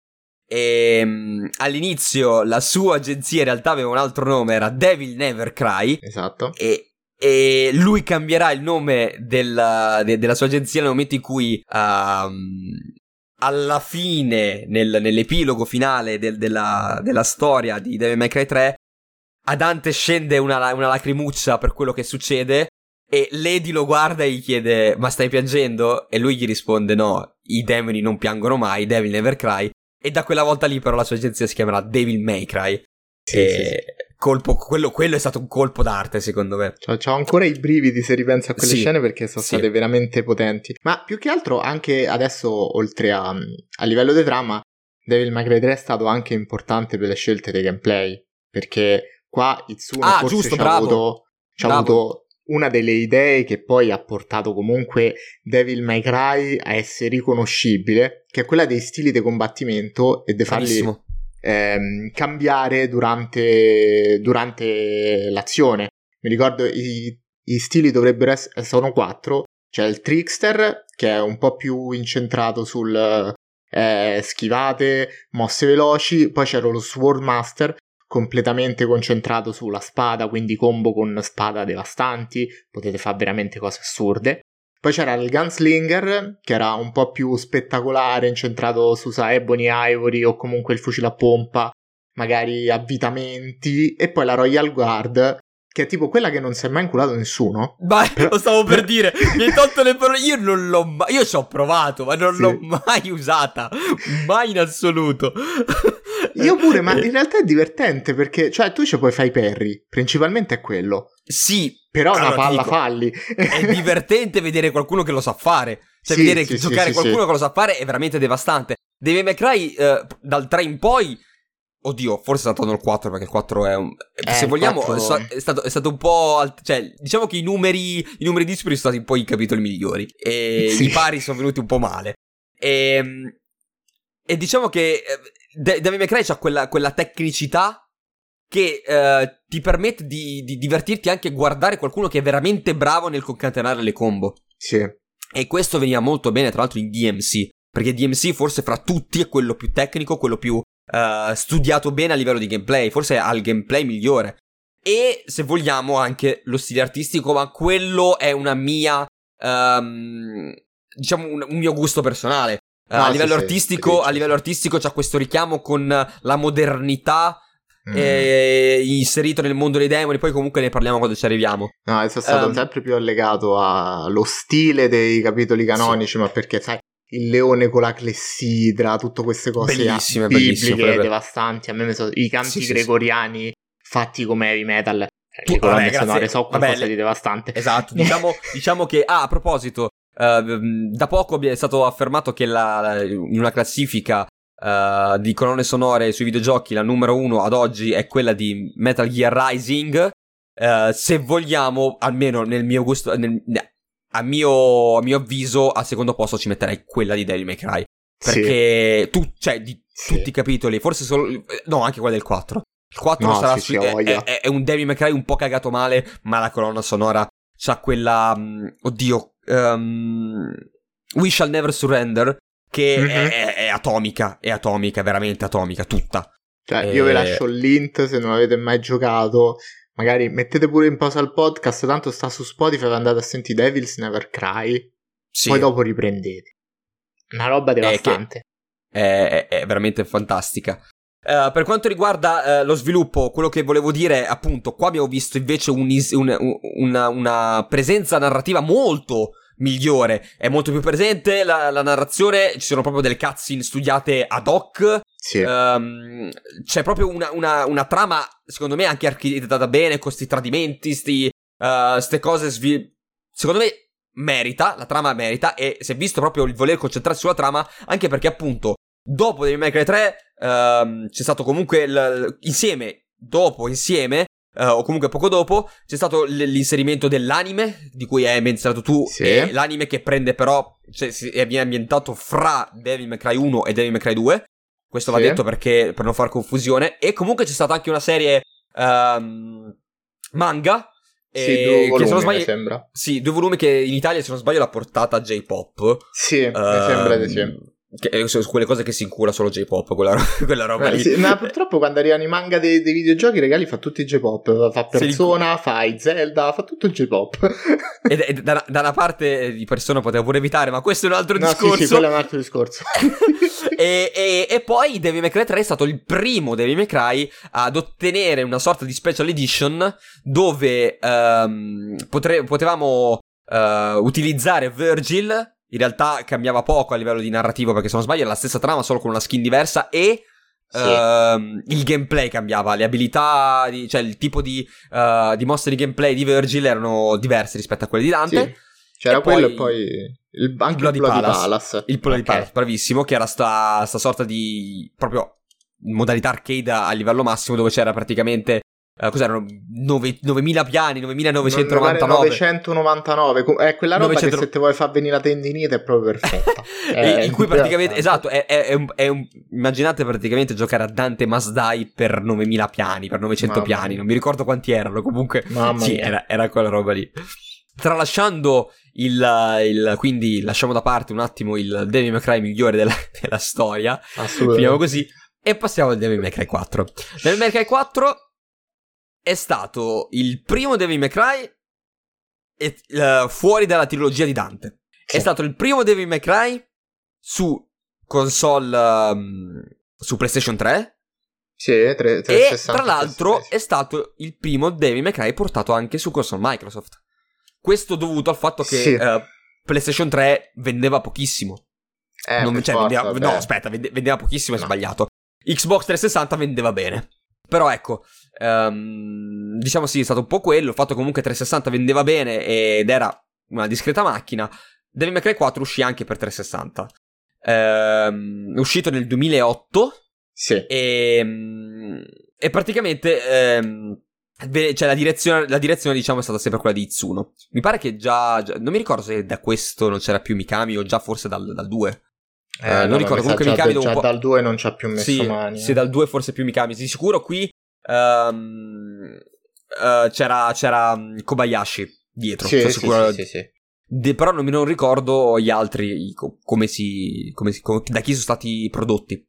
e um, all'inizio la sua agenzia in realtà aveva un altro nome, era Devil Never Cry. Esatto. E E lui cambierà il nome della, de, della sua agenzia nel momento in cui um, alla fine, nel, nell'epilogo finale del, della, della storia di Devil May Cry tre, a Dante scende una, una lacrimuccia per quello che succede, e Lady lo guarda e gli chiede ma stai piangendo? E lui gli risponde no, i demoni non piangono mai, Devil Never Cry. E da quella volta lì però la sua agenzia si chiamerà Devil May Cry. Sì, e... sì, sì. Colpo, quello, quello è stato un colpo d'arte secondo me. Cioè, c'ho ancora i brividi se ripenso a quelle sì, scene, perché sono sì. state veramente potenti. Ma più che altro anche adesso, oltre a, a livello di trama, Devil May Cry tre è stato anche importante per le scelte dei gameplay, perché qua Itsuno ah, forse giusto, ci bravo. ha avuto, ci ha avuto una delle idee che poi ha portato comunque Devil May Cry a essere riconoscibile, che è quella dei stili di combattimento e di farli Bravissimo. Ehm, cambiare durante, durante l'azione. Mi ricordo i, i stili dovrebbero essere, sono quattro. C'è il Trickster, che è un po' più incentrato sul eh, schivate, mosse veloci. Poi c'era lo Swordmaster, completamente concentrato sulla spada, quindi combo con spada devastanti, potete fare veramente cose assurde. Poi c'era il Gunslinger, che era un po' più spettacolare, incentrato su sa, Ebony Ivory o comunque il fucile a pompa, magari avvitamenti, e poi la Royal Guard, che è tipo quella che non si è mai inculato nessuno. Ma lo stavo per dire, mi hai tolto le parole, io non l'ho mai, io ci ho provato, ma non Sì. l'ho mai usata, mai in assoluto. Io pure, ma in realtà è divertente perché, cioè, tu ci puoi fare i parry, principalmente è quello. Sì, Però allora, una palla ti dico, falli. è divertente vedere qualcuno che lo sa fare. Cioè, Sì, vedere sì, giocare sì, qualcuno sì. che lo sa fare è veramente devastante. Devil May Cry, eh, dal tre in poi, oddio, forse è stato nel quattro, perché il quattro è un... Eh, se il vogliamo, quattro... è stato, è stato un po'... alt- cioè, diciamo che i numeri, i numeri di super sono stati un po' i capitoli migliori. E Sì. i pari sono venuti un po' male. E, e diciamo che De- Devil May Cry c'ha quella, quella tecnicità che eh, ti permette di, di divertirti anche a guardare qualcuno che è veramente bravo nel concatenare le combo. Sì. E questo veniva molto bene, tra l'altro, in D M C. Perché D M C forse fra tutti è quello più tecnico, quello più eh, studiato bene a livello di gameplay. Forse ha il gameplay migliore. E se vogliamo anche lo stile artistico, ma quello è una mia... Um, diciamo un, un mio gusto personale. Uh, No, a sì, livello sì, artistico, sì, sì. a livello artistico c'ha questo richiamo con la modernità Mm. eh, inserito nel mondo dei demoni. Poi comunque ne parliamo quando ci arriviamo. No, è stato Um, sempre più legato allo stile dei capitoli canonici, ma perché, sai, il leone con la clessidra, tutte queste cose Bellissime, bibliche, bellissime, proprio. devastanti. A me mi so, i canti Sì, sì, gregoriani fatti come heavy metal, Tu- le colonne vabbè, grazie. sonore, so qualcosa Vabbè, le- di devastante. Esatto, diciamo, diciamo che, ah, a proposito, eh, da poco è stato affermato che la, la- in una classifica eh, di colonne sonore sui videogiochi, la numero uno ad oggi è quella di Metal Gear Rising. Eh, se vogliamo, almeno nel mio gusto, nel- a, mio, a mio avviso, al secondo posto ci metterei quella di Devil May Cry. Perché, tu, cioè, di Sì. tutti i capitoli, forse solo, no, anche quella del quattro. Il quattro No, sarà sì, su- sì, ho è, voglia. è- è un Devil May Cry un po' cagato male, ma la colonna sonora c'ha quella, mh, oddio, um, We Shall Never Surrender, che Mhm. è, è- è atomica, è atomica, è veramente atomica, tutta. Cioè, Eh, io vi lascio il link se non avete mai giocato. Magari mettete pure in pausa il podcast, tanto sta su Spotify, andate a sentire Devil's Never Cry. Sì, Poi dopo riprendete. Una roba devastante. è, è- è veramente fantastica. Eh, per quanto riguarda eh, lo sviluppo, quello che volevo dire è, appunto, qua abbiamo visto invece un is- un- un- una, una presenza narrativa molto migliore, è molto più presente la, la narrazione, ci sono proprio delle cutscene studiate ad hoc. Sì. Ehm, c'è proprio una, una, una trama, secondo me, anche architettata bene, con sti tradimenti, sti, eh, ste cose svi- secondo me merita, la trama merita, e si è visto proprio il voler concentrarsi sulla trama, anche perché appunto dopo Devil May Cry tre ehm, c'è stato comunque il, insieme, dopo, insieme eh, o comunque poco dopo c'è stato l- l'inserimento dell'anime di cui hai menzionato tu, Sì. e l'anime che prende però, cioè si è viene ambientato fra Devil May Cry uno e Devil May Cry due. Questo va Sì. detto perché, per non far confusione. E comunque c'è stata anche una serie ehm, manga. Sì, eh, due che volumi, se non sbaglio, mi sembra. Sì, due volumi che in Italia, se non sbaglio, l'ha portata J-Pop. Sì, mi Ehm, sembra di sì. Che, eh, su quelle cose che si incura solo J-Pop, quella, ro- quella roba Eh, lì. sì, ma purtroppo quando arrivano i manga dei, dei videogiochi, i regali fa tutti i J-pop. Fa Se li- Persona, fa i Zelda, fa tutto il J-pop. E, e da, da una parte di persona potevo pure evitare, ma questo è un altro No, discorso. sì, sì, quello è un altro discorso. e, e, e poi Devil May Cry tre è stato il primo Devil May Cry ad ottenere una sorta di special edition dove ehm, potre- potevamo eh, utilizzare Virgil. In realtà cambiava poco a livello di narrativo, perché se non sbaglio era la stessa trama solo con una skin diversa, e Sì. ehm, il gameplay cambiava, le abilità, di- cioè il tipo di, eh, di mosse di gameplay di Virgil erano diverse rispetto a quelle di Dante. Sì. C'era E quello poi e poi il, anche Bloody il Bloody Palace. Palace. Il Bloody Ok. Palace, bravissimo, che era sta, sta sorta di proprio modalità arcade a livello massimo, dove c'era praticamente eh, cos'erano nove- novemila piani, novemilanovecentonovantanove. novecentonovantanove. Eh, quella roba novecento che se te vuoi far venire la tendinite è proprio perfetta. Eh, in cui praticamente, eh, esatto, è, è- è un, è un- immaginate praticamente giocare a Dante Must Die per novemila piani, per novecento Mamma piani, mia. non mi ricordo quanti erano, comunque Mamma sì, mia. era, era quella roba lì. Tralasciando il, il, quindi lasciamo da parte un attimo il Devil May Cry migliore della, della storia, Assolutamente. finiamo così e passiamo al Devil May Cry quattro. Devil May Cry quattro è stato il primo Devil May Cry e, eh, fuori dalla trilogia di Dante. Sì. È stato il primo Devil May Cry su console um, su PlayStation tre. Sì, tre, tre, e tra l'altro è stato il primo Devil May Cry portato anche su console Microsoft. Questo dovuto al fatto che sì. uh, PlayStation tre vendeva pochissimo. Eh, non, cioè, forza, vendeva, no, aspetta, vendeva pochissimo, no. È sbagliato. Xbox trecentosessanta vendeva bene. Però ecco, um, diciamo sì, è stato un po' quello. Il fatto che comunque trecentosessanta vendeva bene ed era una discreta macchina. Devil May Cry quattro uscì anche per trecentosessanta. Um, è uscito nel duemilaotto. Sì. E, e praticamente um, cioè la direzione, la direzione diciamo è stata sempre quella di Itsuno. Mi pare che già, già non mi ricordo se da questo non c'era più Mikami o già forse dal, dal due. Eh, uh, non no, ricordo, comunque già, Mikami già un po'... dal due non c'ha più messo sì, mani. Sì, dal due forse più Mikami. Di sicuro qui um, uh, c'era, c'era Kobayashi dietro. Sì, sono sì, sicuro. sì, sì, sì. De, però non mi non ricordo gli altri come si, come si come, da chi sono stati prodotti.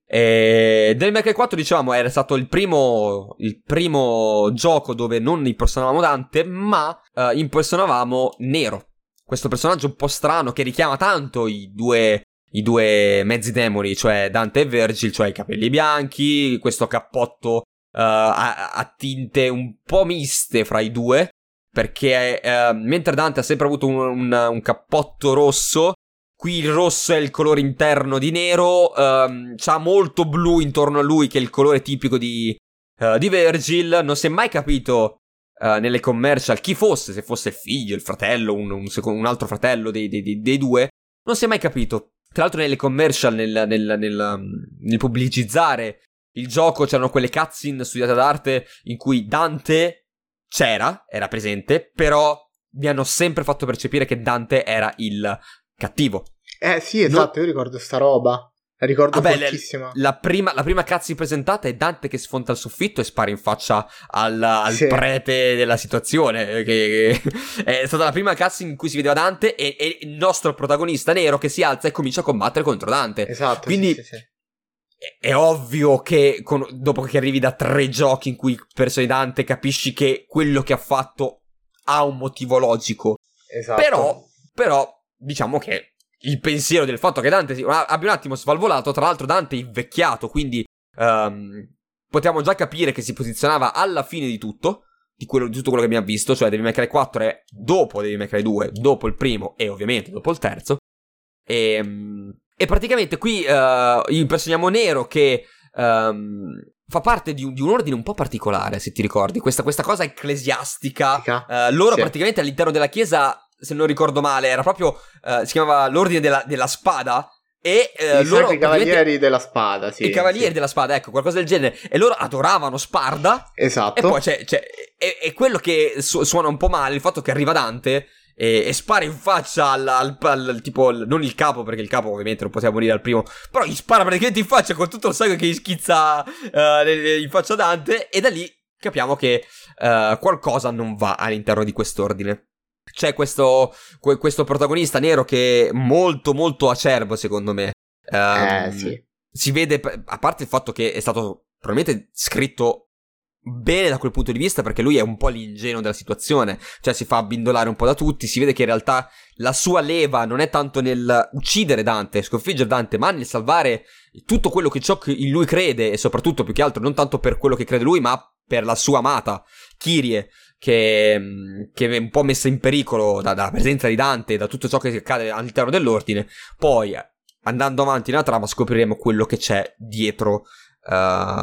E Devil May Cry quattro, diciamo, era stato il primo il primo gioco dove non impersonavamo Dante, ma uh, impersonavamo Nero, questo personaggio un po' strano che richiama tanto i due i due mezzi demoni, cioè Dante e Virgil, cioè i capelli bianchi, questo cappotto uh, a, a tinte un po' miste fra i due. Perché eh, mentre Dante ha sempre avuto un, un, un cappotto rosso, qui il rosso è il colore interno di Nero, ehm, c'ha molto blu intorno a lui che è il colore tipico di, uh, di Virgil. Non si è mai capito uh, nelle commercial chi fosse, se fosse il figlio, il fratello, un, un, secondo, un altro fratello dei, dei, dei due. Non si è mai capito. Tra l'altro nelle commercial, nel, nel, nel, nel pubblicizzare il gioco c'erano quelle cutscene studiate d'arte in cui Dante... c'era, era presente, però mi hanno sempre fatto percepire che Dante era il cattivo. Eh sì, esatto, no. Io ricordo sta roba. La ricordo Vabbè, fortissima. La, la prima, la prima cutscene presentata è Dante che sfonda il soffitto e spara in faccia al, al sì. prete della situazione. Che, che è stata la prima cutscene in cui si vedeva Dante e, e il nostro protagonista Nero che si alza e comincia a combattere contro Dante. Esatto, quindi sì, sì, sì. È ovvio che con, dopo che arrivi da tre giochi in cui personi Dante capisci che quello che ha fatto ha un motivo logico. Esatto. Però, però diciamo che il pensiero del fatto che Dante si, abbia un attimo svalvolato, tra l'altro Dante è invecchiato, quindi um, potevamo già capire che si posizionava alla fine di tutto, di, quello, di tutto quello che abbiamo visto, cioè Devil May Cry quattro è dopo Devil May Cry due, dopo il primo e ovviamente dopo il terzo. E... Um, E praticamente qui uh, impersoniamo Nero che um, fa parte di un, di un ordine un po' particolare, se ti ricordi. Questa, questa cosa ecclesiastica. Uh, loro sì. praticamente all'interno della chiesa, se non ricordo male, era proprio... Uh, si chiamava l'ordine della, della spada. E uh, I loro i cavalieri della spada, sì. I cavalieri sì. della spada, ecco, qualcosa del genere. E loro adoravano Sparda. Esatto. E poi c'è... c'è e, e quello che su, suona un po' male, il fatto che arriva Dante... E, e spara in faccia al, al, al, al tipo al, non il capo, perché il capo ovviamente non poteva morire al primo, però gli spara praticamente in faccia con tutto il sangue che gli schizza uh, in faccia Dante. E da lì capiamo che uh, qualcosa non va all'interno di quest'ordine. C'è questo, que, questo protagonista Nero che è molto molto acerbo secondo me. um, Eh sì. Si vede, a parte il fatto che è stato probabilmente scritto bene da quel punto di vista, perché lui è un po' l'ingenuo della situazione, cioè si fa abbindolare un po' da tutti. Si vede che in realtà la sua leva non è tanto nel uccidere Dante, sconfiggere Dante, ma nel salvare tutto quello che ciò che in lui crede, e soprattutto più che altro non tanto per quello che crede lui, ma per la sua amata Kyrie, che, che è un po' messa in pericolo da, dalla presenza di Dante, da tutto ciò che accade all'interno dell'ordine. Poi andando avanti nella trama scopriremo quello che c'è dietro uh,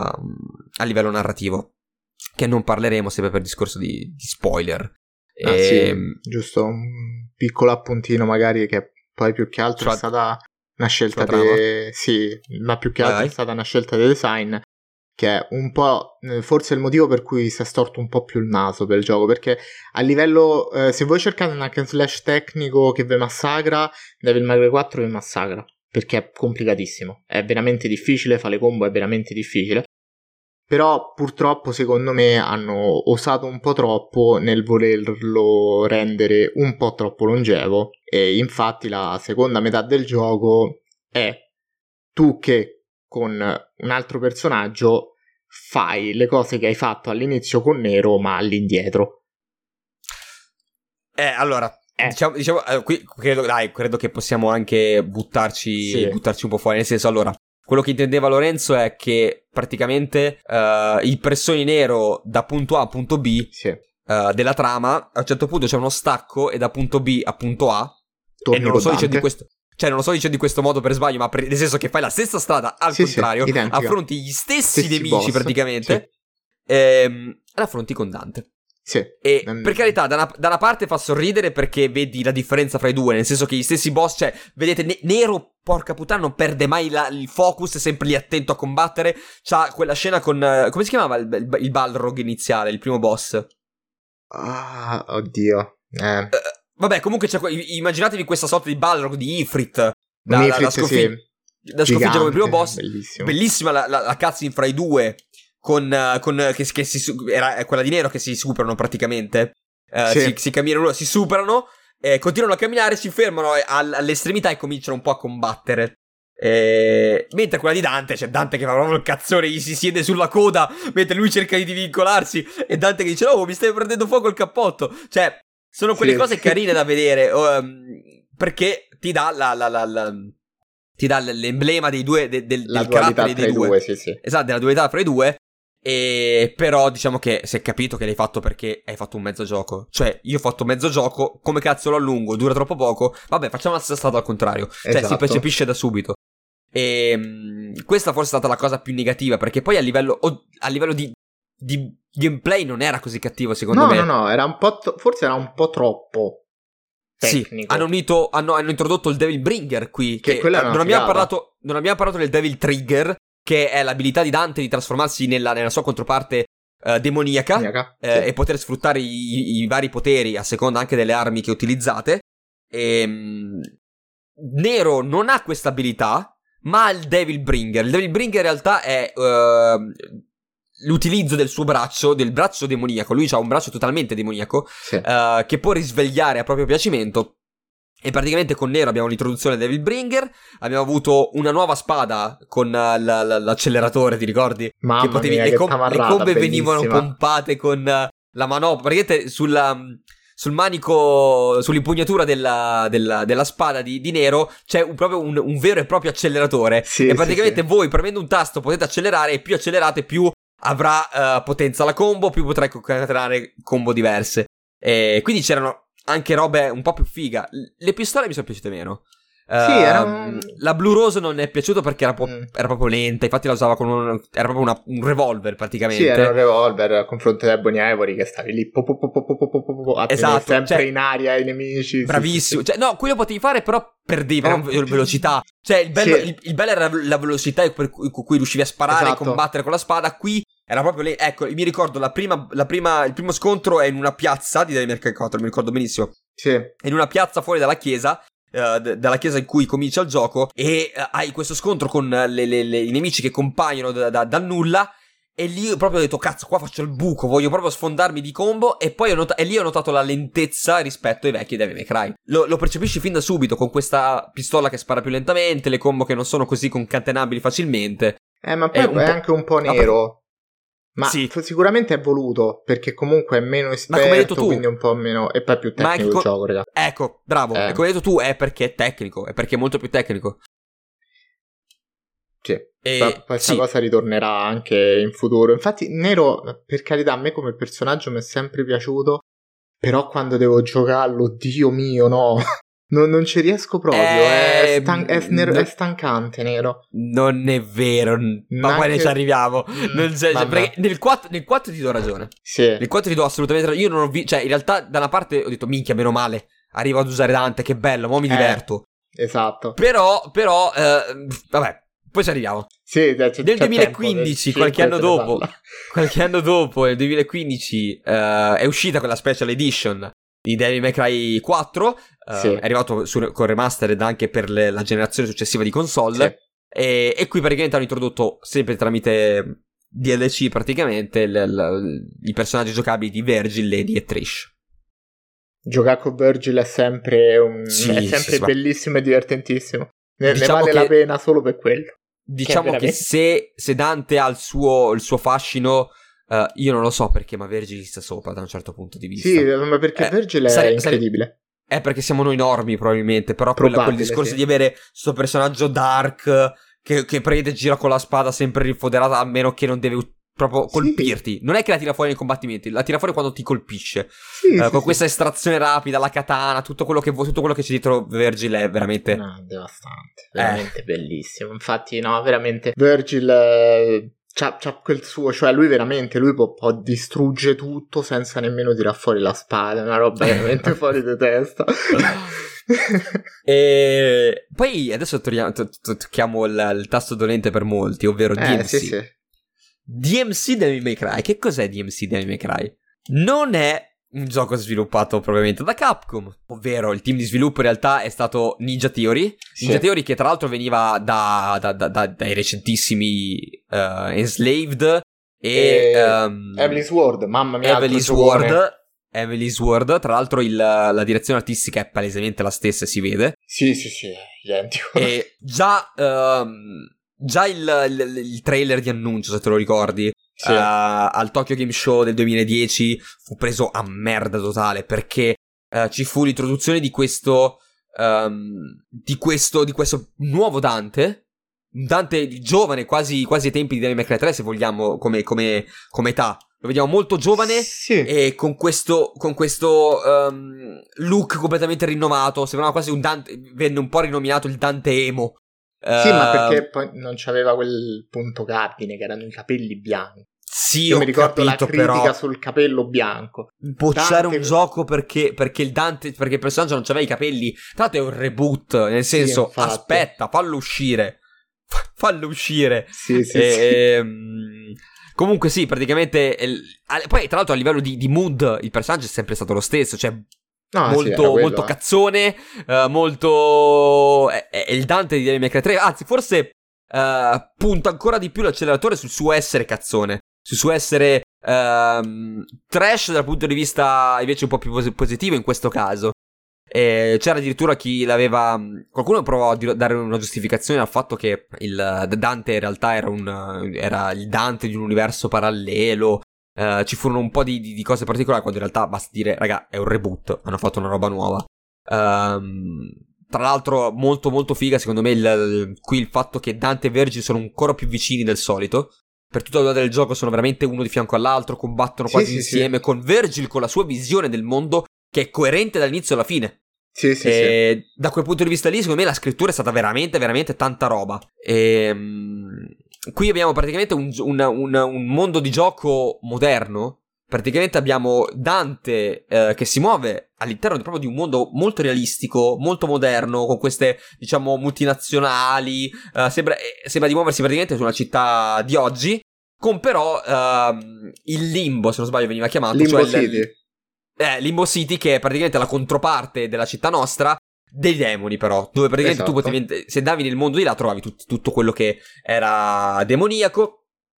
a livello narrativo, che non parleremo sempre per discorso di, di spoiler. Ah, e... sì, giusto un piccolo appuntino magari, che poi più che altro Sulla... è stata una scelta de... sì, ma più che altro Vai. È stata una scelta di design, che è un po' forse il motivo per cui si è storto un po' più il naso per il gioco, perché a livello eh, se voi cercate un hack and slash tecnico che vi massacra, Devil May Cry quattro vi massacra, perché è complicatissimo, è veramente difficile, fa le combo è veramente difficile. Però purtroppo secondo me hanno osato un po' troppo nel volerlo rendere un po' troppo longevo, e infatti la seconda metà del gioco è tu che con un altro personaggio fai le cose che hai fatto all'inizio con Nero ma all'indietro. Eh, allora, Eh. Diciamo, diciamo eh, qui credo, dai, credo che possiamo anche buttarci, Sì. buttarci un po' fuori. Nel senso, allora, quello che intendeva Lorenzo è che praticamente uh, il pressione nero da punto A a punto B Sì. uh, della trama, a un certo punto c'è uno stacco e da punto B a punto A. Torni e non lo sto con dicendo Dante. di questo. Cioè, non lo sto dicendo di questo modo per sbaglio, ma per, nel senso che fai la stessa strada al Sì, contrario, sì, identica. affronti gli stessi, Stessi nemici boss, praticamente, ehm, l'affronti con Dante. Sì. E Mm. per carità, da una, da una parte fa sorridere perché vedi la differenza fra i due, nel senso che gli stessi boss, cioè, vedete, ne- Nero, porca puttana, non perde mai la- il focus, è sempre lì attento a combattere. C'ha quella scena con, eh, come si chiamava il, il, il Balrog iniziale, il primo boss? Ah, oddio. Eh. Uh, vabbè, comunque c'è, que- immaginatevi questa sorta di Balrog di Ifrit, da, Un da, Ifrit, da, sconfig- sì. da sconfiggere come primo boss. Bellissimo. Bellissima la, la, la cutscene fra i due, con, uh, con uh, che, che si su- era quella di Nero che si superano praticamente. Uh, Sì. si, si camminano, si superano, eh, continuano a camminare, si fermano eh, all- all'estremità e cominciano un po' a combattere. Eh, mentre quella di Dante, c'è Dante che fa proprio il cazzone, gli si siede sulla coda mentre lui cerca di vincolarsi, e Dante che dice: "Oh, mi stai prendendo fuoco il cappotto". Cioè, sono quelle Sì. cose carine da vedere, um, perché ti dà la, la, la, la ti dà l'emblema dei due, de, del, La del dualità carattere tra dei i due. due, sì, sì. Esatto, della dualità fra i due. E però diciamo che si è capito che l'hai fatto perché hai fatto un mezzo gioco. Cioè, io ho fatto mezzo gioco, come cazzo lo allungo? Dura troppo poco? Vabbè, facciamo la stessa strada al contrario. Cioè, Esatto. si percepisce da subito. E mh, questa forse è stata la cosa più negativa, perché poi a livello, o, a livello di, di gameplay non era così cattivo, secondo No, me. no, no, era un po' to- forse era un po' troppo Sì, tecnico. hanno unito, hanno, hanno introdotto il Devil Bringer qui. Che Che, quella eh, è una non, abbiamo figata. parlato, non abbiamo parlato del Devil Trigger, che è l'abilità di Dante di trasformarsi nella, nella sua controparte eh, demoniaca, Maniaca, eh, sì. e poter sfruttare i, i, i vari poteri a seconda anche delle armi che utilizzate. E, mh, Nero non ha questa abilità, ma ha il Devil Bringer. Il Devil Bringer in realtà è uh, l'utilizzo del suo braccio, del braccio demoniaco. Lui ha un braccio totalmente demoniaco, Sì. uh, che può risvegliare a proprio piacimento. E praticamente con Nero abbiamo l'introduzione del Devil Bringer. Abbiamo avuto una nuova spada con uh, la, la, l'acceleratore, ti ricordi? Mamma che potevi, mia, le, che com- tamarrata, le combe venivano bellissima. pompate con uh, la manopla. Praticamente sulla, sul manico, sull'impugnatura della, della, della spada di, di Nero c'è un, proprio un, un vero e proprio acceleratore. Sì, e sì, praticamente sì. voi premendo un tasto potete accelerare, e più accelerate più avrà uh, potenza la combo, più potrai concatenare combo diverse. E quindi c'erano anche robe un po' più figa. Le pistole mi sono piaciute meno. Sì, era Ehm, un- La Blue Rose non è piaciuta perché era, po- Mm. era proprio lenta. Infatti la usava con un, era proprio una- un revolver praticamente. Sì, era un revolver a confronto dei Ebony Ivory che stavi lì po, po, po, po, po, po, po, po, po, a tenere Esatto, sempre cioè- in aria i nemici. Sì, Bravissimo. sì, sì. Cioè, no, quello potevi fare, però perdevi Però- proprio velocità. Cioè, il bello, Sì. il, il bello era la velocità per cui, con cui riuscivi a sparare e Esatto. combattere con la spada. Qui era proprio lì. Ecco, mi ricordo la prima, la prima, il primo scontro è in una piazza di Devil May Cry quattro, mi ricordo benissimo. Sì. È in una piazza fuori dalla chiesa. Uh, d- dalla chiesa in cui comincia il gioco, e uh, hai questo scontro con uh, le, le, le, i nemici che compaiono da, da, dal nulla, e lì ho proprio detto cazzo, qua faccio il buco, voglio proprio sfondarmi di combo. E poi ho not- e lì ho notato la lentezza rispetto ai vecchi Devil May Cry. Lo, lo percepisci fin da subito con questa pistola che spara più lentamente, le combo che non sono così concatenabili facilmente. Eh, ma poi È è, un po'- anche un po' Ma nero. Ma Sì. f- sicuramente è voluto, perché comunque è meno come hai detto esperto, tu. quindi un po' meno... E poi è più Ma tecnico ecco- il gioco, raga. Ecco, bravo, Eh. e come hai detto tu, è perché è tecnico, è perché è molto più tecnico. Sì. E- Poi questa sì. cosa ritornerà anche in futuro. Infatti, Nero, per carità, a me come personaggio mi è sempre piaciuto, però quando devo giocarlo, Dio mio, no... Non, non ci riesco proprio, è, Eh, stan- è, sner- no- è stancante, Nero. Non è vero, n- ma poi ne Neanche- ci arriviamo. Mm, Non c'è- vabbè. perché nel quattro, nel quattro ti do ragione. Sì, Nel quattro ti do assolutamente ragione. Io non ho visto, cioè in realtà da una parte ho detto minchia, meno male, arrivo ad usare Dante, che bello, mo mi Eh. diverto. esatto. Però, però, eh, vabbè, poi ci arriviamo. Sì, c'è, c'è Nel tempo, duemilaquindici, c'è qualche anno tempo, dopo, se ne parla. qualche anno dopo, nel duemilaquindici, eh, è uscita quella special edition di Devil May Cry quattro. eh, Sì. È arrivato su, con remastered anche per le- la generazione successiva di console. Sì. E, e qui praticamente hanno introdotto, sempre tramite D L C praticamente, l- l- i personaggi giocabili di Virgil, Lady e Trish. Giocare con Virgil è sempre, un... Sì, è sì, sempre sì, ma- bellissimo e divertentissimo. Ne, ne Diciamo vale che- la pena solo per quello. Diciamo che, veramente- se, se Dante ha il suo, il suo fascino, eh, io non lo so perché, ma Virgil sta sopra da un certo punto di vista. Sì, ma perché Eh, Virgil è sare- sare- incredibile. è perché siamo noi normi probabilmente, però quella, quel discorso sì. di avere sto personaggio dark che, che prende, gira con la spada sempre rifoderata, a meno che non deve proprio colpirti. Sì. Non è che la tira fuori nei combattimenti, la tira fuori quando ti colpisce. Sì, uh, sì, con sì. questa estrazione rapida, la katana, tutto quello che tutto quello che c'è dietro Virgil è veramente no, devastante, veramente eh. bellissimo. Infatti, no, veramente Virgil eh, c'ha, c'ha quel suo, cioè lui veramente lui può, può distruggere tutto senza nemmeno tirar fuori la spada, è una roba veramente fuori di testa. E poi adesso torniamo, to- to- tocchiamo il, il tasto dolente per molti, ovvero eh, D M C. Sì, sì. D M C Devil May Cry. Che cos'è D M C Devil May Cry? Non è un gioco sviluppato propriamente da Capcom, ovvero il team di sviluppo in realtà è stato Ninja Theory. Sì. Ninja Theory che tra l'altro veniva da, da, da, da, dai recentissimi uh, Enslaved e, e um, Heavenly Sword, mamma mia, Heavenly Sword. Heavenly Sword, tra l'altro il, la direzione artistica è palesemente la stessa, si vede. Sì, sì, sì, identico. E già, um, già il, il, il trailer di annuncio, se te lo ricordi, sì. uh, al Tokyo Game Show del duemiladieci fu preso a merda totale, perché uh, ci fu l'introduzione di questo, um, di questo, di questo nuovo Dante, un Dante giovane, quasi, quasi ai tempi di Devil May Cry tre, se vogliamo, come, come, come età. Lo vediamo molto giovane, sì. E con questo con questo um, look completamente rinnovato. Sembrava quasi un Dante. Venne un po' rinominato il Dante emo. Sì, uh, ma perché poi non c'aveva quel punto cardine che erano i capelli bianchi. Sì, io ho mi ricordo capito, la critica però sul capello bianco. bocciare Dante... un gioco perché, perché il Dante, perché il personaggio non c'aveva i capelli. Tra l'altro è un reboot, nel senso, sì, aspetta, fallo uscire. Fallo uscire. Sì, sì, e, sì. Ehm, comunque sì, praticamente il, poi tra l'altro a livello di, di mood il personaggio è sempre stato lo stesso, cioè no, molto, sì, quello, molto eh. cazzone, uh, molto è, è il Dante di Devil May Cry tre, anzi forse uh, punta ancora di più l'acceleratore sul suo essere cazzone, sul suo essere uh, trash dal punto di vista invece un po' più pos- positivo in questo caso. E c'era addirittura chi l'aveva. Qualcuno provò a dare una giustificazione al fatto che il Dante in realtà era, un, era il Dante di un universo parallelo. Uh, ci furono un po' di, di, di cose particolari, quando in realtà basta dire, raga, è un reboot, hanno fatto una roba nuova. Um, tra l'altro molto molto figa secondo me il, il, qui il fatto che Dante e Virgil sono ancora più vicini del solito. Per tutta la durata del gioco sono veramente uno di fianco all'altro, combattono sì, quasi sì, insieme, sì. Con Virgil con la sua visione del mondo che è coerente dall'inizio alla fine. Sì, sì, e sì. Da quel punto di vista lì secondo me la scrittura è stata veramente veramente tanta roba. E um, qui abbiamo praticamente un, un, un, un mondo di gioco moderno. Praticamente abbiamo Dante eh, che si muove all'interno di, proprio di un mondo molto realistico, molto moderno, con queste, diciamo, multinazionali. Eh, sembra, eh, sembra di muoversi praticamente su una città di oggi, con però ehm, il Limbo, se non sbaglio veniva chiamato. Limbo cioè City. Il, eh, Limbo City, che è praticamente la controparte della città nostra, dei demoni però, dove praticamente esatto. tu potevi, se andavi nel mondo di là trovavi tut, tutto quello che era demoniaco.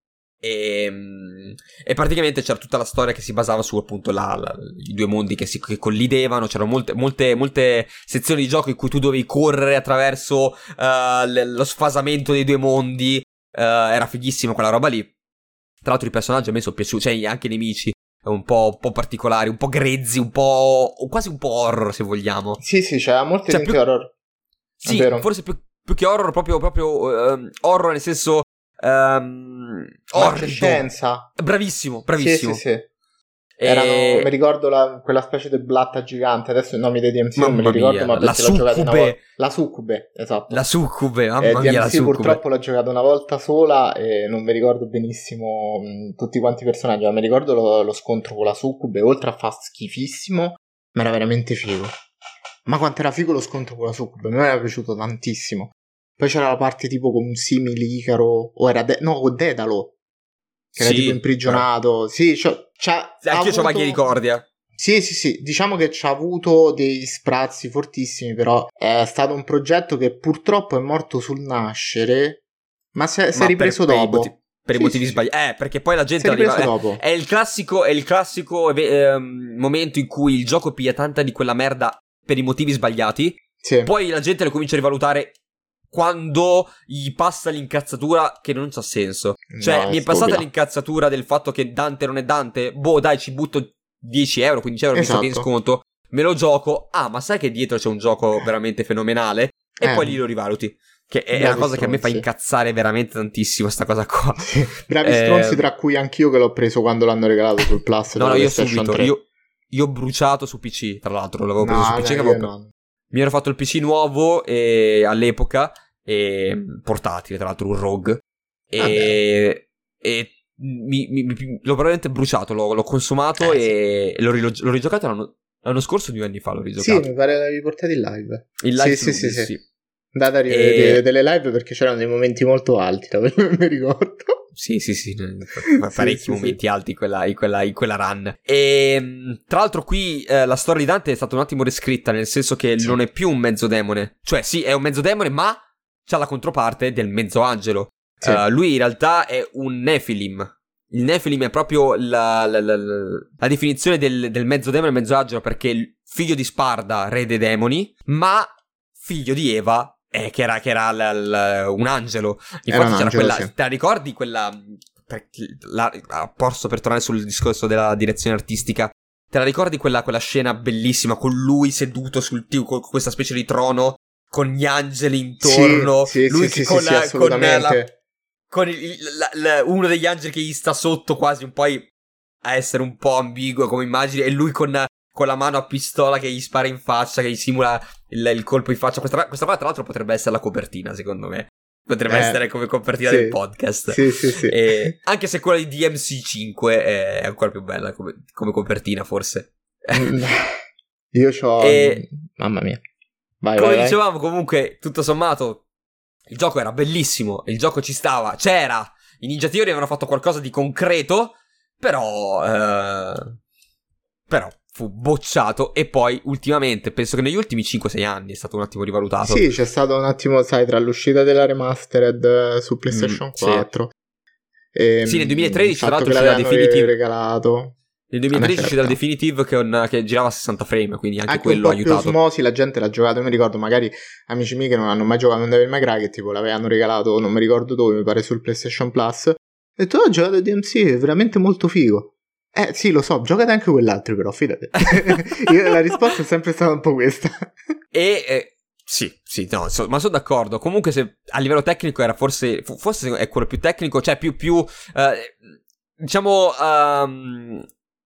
E, e praticamente c'era tutta la storia che si basava su appunto la, la, i due mondi che si che collidevano. C'erano molte, molte, molte sezioni di gioco in cui tu dovevi correre attraverso uh, l- lo sfasamento dei due mondi. Uh, era fighissimo quella roba lì. Tra l'altro i personaggi a me sono piaciuti, cioè anche i nemici un po', un po' particolari, un po' grezzi, un po' quasi un po' horror se vogliamo. Sì, sì, c'era molti cioè, più... horror. Sì, forse più, più che horror, proprio, proprio um, horror nel senso Um, scienza. Bravissimo, bravissimo. Sì, sì, sì. Erano, e... mi ricordo la, quella specie di blatta gigante. Adesso i nomi dei D M C non me li ricordo, mia, ma la perché l'ho giocata una volta. La succube, esatto. La succube, mamma eh, mia, D M C la succube. Purtroppo l'ho giocata una volta sola e non mi ricordo benissimo mh, tutti quanti i personaggi, ma mi ricordo lo, lo scontro con la succube. Oltre a fa schifissimo, ma era veramente figo. Ma quanto era figo lo scontro con la succube, mi era piaciuto tantissimo. Poi c'era la parte tipo con un simile Icaro, o era De- no, con Dedalo, che era sì, tipo imprigionato. Eh. Sì, c'ha, c'ha sì, anche io avuto... c'ho vaghi ricordia. Sì, sì, sì, diciamo che c'ha avuto dei sprazzi fortissimi, però è stato un progetto che purtroppo è morto sul nascere, ma si è, si è ripreso per, dopo. Per i, motivi, per sì, i motivi sì, sbagliati. Eh, perché poi la gente si è ripreso arriva, dopo. È, è il classico, è il classico eh, momento in cui il gioco piglia tanta di quella merda per i motivi sbagliati. Sì. Poi la gente le comincia a rivalutare quando gli passa l'incazzatura che non c'ha senso. Cioè, no, mi è passata stupida. L'incazzatura del fatto che Dante non è Dante. Boh, dai, ci butto dieci euro, quindici euro, esatto. Visto che è in sconto. me lo gioco, ah ma sai che dietro c'è un gioco veramente fenomenale, e Eh. poi lì lo rivaluti, che è Bravi una cosa che a me fa stronzi. incazzare veramente tantissimo, sta cosa qua. Sì, bravi Eh, stronzi, tra cui anch'io che l'ho preso quando l'hanno regalato sul Plus. No, no, della io PlayStation subito, tre. io, io ho bruciato su P C, tra l'altro, l'avevo preso No, su P C, che no, avevo io pre- no. mi ero fatto il P C nuovo e, all'epoca, e, portatile, tra l'altro un Rogue, e, e mi, mi- mi- l'ho veramente bruciato, l'ho, l'ho consumato Eh, sì. e l'ho, rilo- l'ho rigiocato l'anno, l'anno scorso, due anni fa l'ho Sì, rigiocato. mi pare l'avevi portato in live. Il live sì, su sì, Lumis, sì, sì. Andate a rivedere E- delle live perché c'erano dei momenti molto alti, da quello che mi ricordo. Sì, sì, sì, Sì, parecchi sì, momenti sì. alti in quella, in, quella, in quella run. E mh, tra l'altro qui eh, la storia di Dante è stata un attimo riscritta, nel senso che Sì. non è più un mezzo demone. Cioè sì, è un mezzo demone, ma c'ha la controparte del mezzo angelo. Sì. Eh, lui in realtà è un Nephilim. Il Nephilim è proprio la, la, la, la- la definizione del, del mezzo demone e mezzo angelo, perché il figlio di Sparda, re dei demoni, ma figlio di Eva, eh, che era, che era l- l- un angelo. Infatti Era un c'era angelo, quella, sì. te la ricordi quella, per, la, a posto per tornare sul discorso della direzione artistica, te la ricordi quella, quella scena bellissima con lui seduto sul tipo, con questa specie di trono, con gli angeli intorno, Sì, sì, lui sì, che sì, con, sì, la- con assolutamente. la- con il- il- la- la- uno degli angeli che gli sta sotto quasi un po' a essere un po' ambiguo come immagine, e lui con, con la mano a pistola che gli spara in faccia, che gli simula il, il colpo in faccia. Questa, questa qua tra l'altro potrebbe essere la copertina, secondo me. Potrebbe Eh, essere come copertina sì. del podcast. Sì, sì, sì. E anche se quella di D M C cinque è ancora più bella come, come copertina, forse. Mm, Io c'ho... E- Mamma mia. Vai, Come vai, vai. dicevamo, comunque, tutto sommato, il gioco era bellissimo, il gioco ci stava, c'era. I Ninja Theory avevano fatto qualcosa di concreto, però... eh, però fu bocciato, e poi ultimamente, penso che negli ultimi cinque sei anni è stato un attimo rivalutato. Sì, c'è stato un attimo, sai, tra l'uscita della remastered eh, su PlayStation Mm, sì. quattro. E, Sì, nel duemilatredici, il tra fatto l'altro, che uscì la l'avevano Definitive. regalato. Nel duemilatredici A me uscì la c'era- Definitive che, un- che girava a sessanta frame, quindi anche, Anche quello un ha po' più aiutato. osmosi, la gente l'ha giocato. Io mi ricordo magari amici miei che non hanno mai giocato un Devil May Cry, che tipo l'avevano regalato, non mi ricordo dove, mi pare sul PlayStation Plus. E tu ho giocato a D M C, è veramente molto figo. Eh sì, lo so, giocate anche quell'altro però, fidate. Io, la risposta è sempre stata un po' questa. E eh, sì, sì, no, so- ma sono d'accordo. Comunque, se a livello tecnico era forse, fu- forse è quello più tecnico, cioè più, più eh, diciamo, ehm,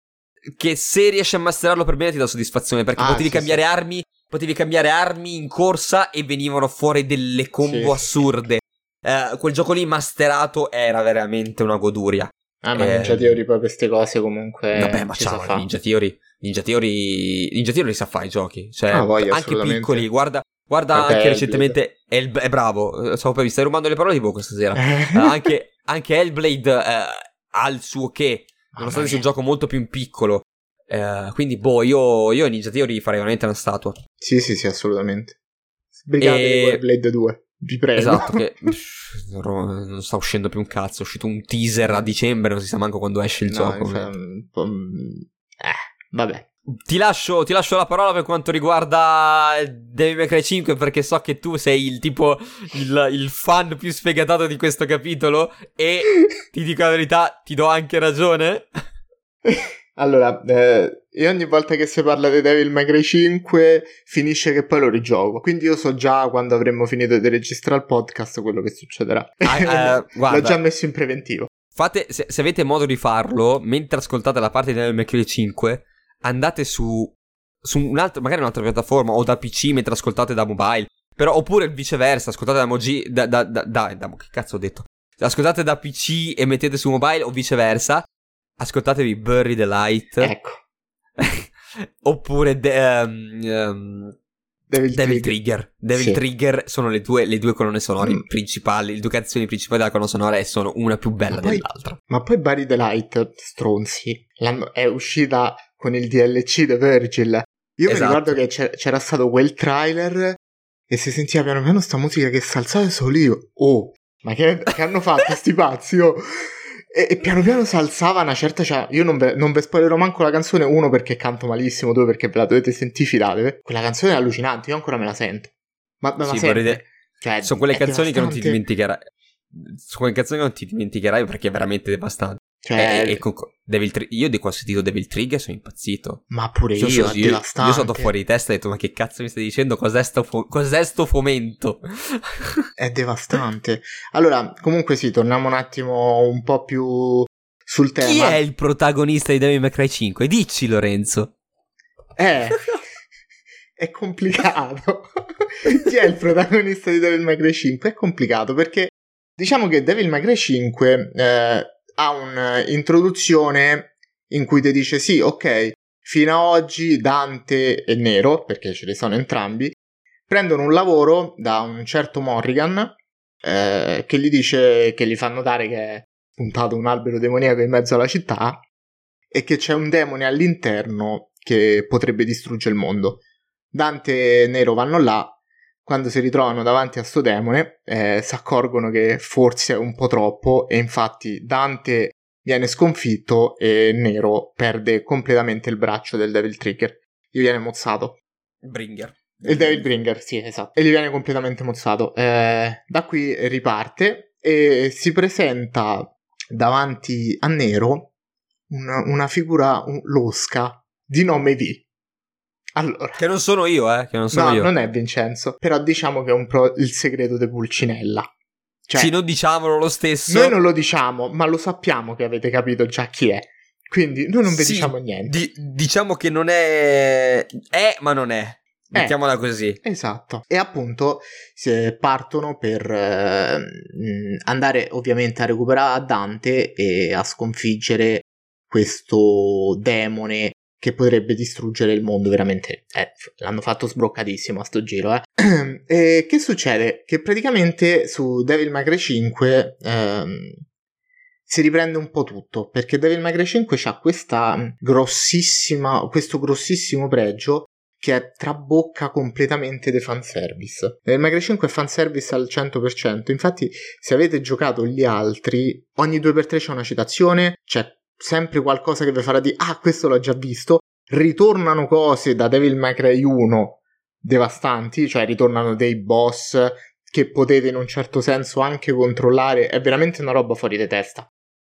che se riesci a masterarlo per bene ti dà soddisfazione, perché Ah, potevi sì, cambiare sì. armi, potevi cambiare armi in corsa e venivano fuori delle combo Sì, sì. assurde. Eh, quel gioco lì masterato era veramente una goduria. Ah, ma Eh, Ninja Theory poi queste cose comunque Vabbè, ma ci sa ciao, fa. Ninja Theory, Ninja Theory, Ninja Theory li sa fare i giochi, cioè Ah, voglia, anche assolutamente. piccoli, guarda, guarda Vabbè, anche Hellblade. recentemente, Hell- è bravo, eh, so, poi mi stai rubando le parole di voi questa sera. Eh, anche, anche Hellblade eh, ha il suo che, nonostante sia un gioco molto più in piccolo, eh, quindi boh, io, io a Ninja Theory farei veramente una statua. Sì, sì, sì, assolutamente. Sbrigatevi E- con Blade due, vi prego. Esatto, che pff, non non sta uscendo più un cazzo, è uscito un teaser a dicembre, non si sa manco quando esce il No, gioco. infa- un po', mm, eh, vabbè. Ti lascio, ti lascio la parola per quanto riguarda Devil May Cry cinque, perché so che tu sei il tipo il, il fan più sfegatato di questo capitolo, e ti dico la verità, ti do anche ragione. Allora, eh, io ogni volta che si parla di Devil May Cry cinque finisce che poi lo rigioco, quindi io so già quando avremmo finito di registrare il podcast quello che succederà. Ah, eh, guarda, L'ho già messo in preventivo. fate, se, se avete modo di farlo, mentre ascoltate la parte di Devil May Cry cinque, andate su, su un'altra, magari un'altra piattaforma, o da P C mentre ascoltate da mobile, però, oppure viceversa, ascoltate da Moji, da, da, da, da, da, che cazzo ho detto? Ascoltate da P C e mettete su mobile, o viceversa, ascoltatevi Bury the Light, Ecco. oppure de, um, um, Devil, Devil Trigger. Trigger. Devil Sì. Trigger sono le due, le due colonne sonore Mm. principali, le due canzoni principali della colonna sonora, e sono una più bella Ma poi- dell'altra. Ma poi Bury the Light, stronzi, l'hanno- è uscita con il D L C The Virgil. Io Esatto. mi ricordo che c'è- c'era stato quel trailer e si sentiva piano piano sta musica che si alzava, e solo io, oh, ma che, che hanno fatto sti pazzi, oh? E, e piano piano si alzava una certa, cioè, io non ve, non ve spoilerò manco la canzone, uno perché canto malissimo, due perché ve la dovete sentire, fidatevi. Quella canzone è allucinante, io ancora me la sento. Ma, ma Sì, sempre. vorrei- Cioè, Sono quelle è canzoni che non ti devastante. dimenticherai. Sono quelle canzoni che non ti dimenticherai, perché è veramente devastante. Cioè, e, e con, Devil Tri- io di quando ho sentito Devil Trigger sono impazzito. Ma pure io, io, è io, devastante. io sono andato fuori di testa e ho detto: ma che cazzo mi stai dicendo? Cos'è sto, fo- cos'è sto fomento? È devastante. Allora, comunque sì, torniamo un attimo un po' più sul tema. Chi è il protagonista di Devil May Cry cinque? Dici, Lorenzo. Eh, è complicato. Chi è il protagonista di Devil May Cry cinque? È complicato perché diciamo che Devil May Cry cinque eh, ha un'introduzione in cui ti dice sì, ok, fino a oggi Dante e Nero, perché ce ne sono entrambi, prendono un lavoro da un certo Morrigan eh, che gli dice, che gli fa notare che è puntato un albero demoniaco in mezzo alla città e che c'è un demone all'interno che potrebbe distruggere il mondo. Dante e Nero vanno là, quando si ritrovano davanti a sto demone eh, si accorgono che forse è un po' troppo e infatti Dante viene sconfitto e Nero perde completamente il braccio del Devil Trigger, gli viene mozzato. Bringer. Il Devil Bringer, sì, esatto. E gli viene completamente mozzato. Eh, da qui riparte e si presenta davanti a Nero una, una figura un, losca di nome V. Allora, che non sono io, eh, che non sono no, io. non è Vincenzo, però diciamo che è un po' il segreto di Pulcinella. Cioè, sì, non diciamolo lo stesso. Noi non lo diciamo, ma lo sappiamo che avete capito già chi è. Quindi noi non vi sì, diciamo niente. Di- diciamo che non è... È, ma non è. Mettiamola eh, così. Esatto. E appunto si partono per eh, andare ovviamente a recuperare Dante e a sconfiggere questo demone che potrebbe distruggere il mondo, veramente. Eh, l'hanno fatto sbroccatissimo a sto giro, eh. E che succede? Che praticamente su Devil May Cry cinque ehm, si riprende un po' tutto, perché Devil May Cry cinque c'ha questa grossissima, questo grossissimo pregio che trabocca completamente dei fanservice. Devil May Cry cinque è fanservice al cento per cento, infatti se avete giocato gli altri, ogni due per tre c'è una citazione, c'è sempre qualcosa che vi farà dire ah, questo l'ho già visto. Ritornano cose da Devil May Cry uno devastanti, cioè ritornano dei boss che potete in un certo senso anche controllare, è veramente una roba fuori di testa.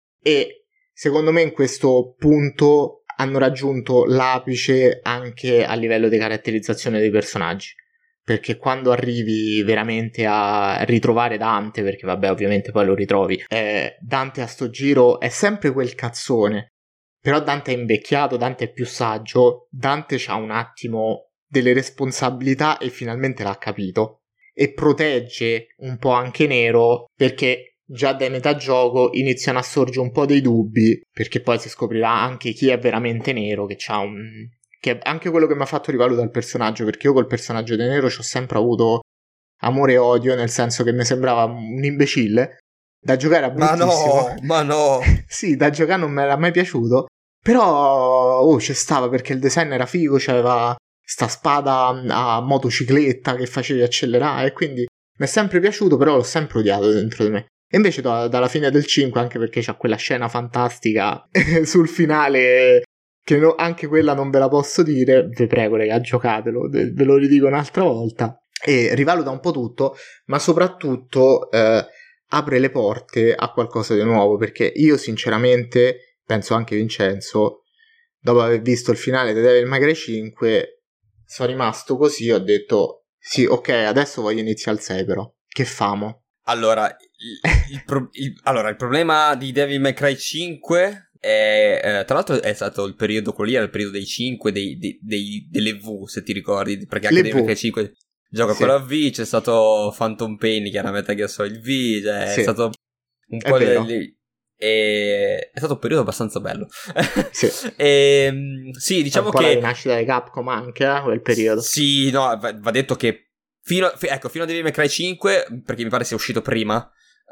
E secondo me in questo punto hanno raggiunto l'apice anche a livello di caratterizzazione dei personaggi, perché quando arrivi veramente a ritrovare Dante, perché vabbè ovviamente poi lo ritrovi, eh, Dante a sto giro è sempre quel cazzone, però Dante è invecchiato, Dante è più saggio, Dante c'ha un attimo delle responsabilità e finalmente l'ha capito e protegge un po' anche Nero, perché già da metà gioco iniziano a sorgere un po' dei dubbi, perché poi si scoprirà anche chi è veramente Nero, che c'ha un... che è anche quello che mi ha fatto rivalutare il personaggio, perché io col personaggio di Nero ci ho sempre avuto amore e odio, nel senso che mi sembrava un imbecille da giocare a bruttissimo. Ma no, ma no. Sì, da giocare non mi era mai piaciuto, però oh, ci stava perché il design era figo, c'aveva sta spada a motocicletta che facevi accelerare, e quindi mi è sempre piaciuto, però l'ho sempre odiato dentro di me. E invece da, dalla fine del cinque, anche perché c'ha quella scena fantastica sul finale, che no, anche quella non ve la posso dire, vi prego raga, giocatelo, ve lo ridico un'altra volta, e rivaluta un po' tutto, ma soprattutto eh, apre le porte a qualcosa di nuovo, perché io sinceramente, penso anche Vincenzo, dopo aver visto il finale di Devil May Cry cinque, sono rimasto così, ho detto sì, ok, adesso voglio iniziare il sei, però che famo? Allora il, il, pro- il, allora, il problema di Devil May Cry cinque è, eh, tra l'altro è stato il periodo, quello lì era il periodo dei cinque, dei, dei, dei, delle V, se ti ricordi, perché anche Le Devil May V. Cry cinque gioca Sì. quello a V, c'è stato Phantom Pain, chiaramente che so il V, cioè Sì. è stato un È po' vero. lì. E... è stato un periodo abbastanza bello. Sì. E, sì, diciamo un po' che la rinascita di Capcom anche, eh, quel periodo. sì, no, va, va detto che fino a, ecco, fino a Devil May Cry cinque, perché mi pare sia uscito prima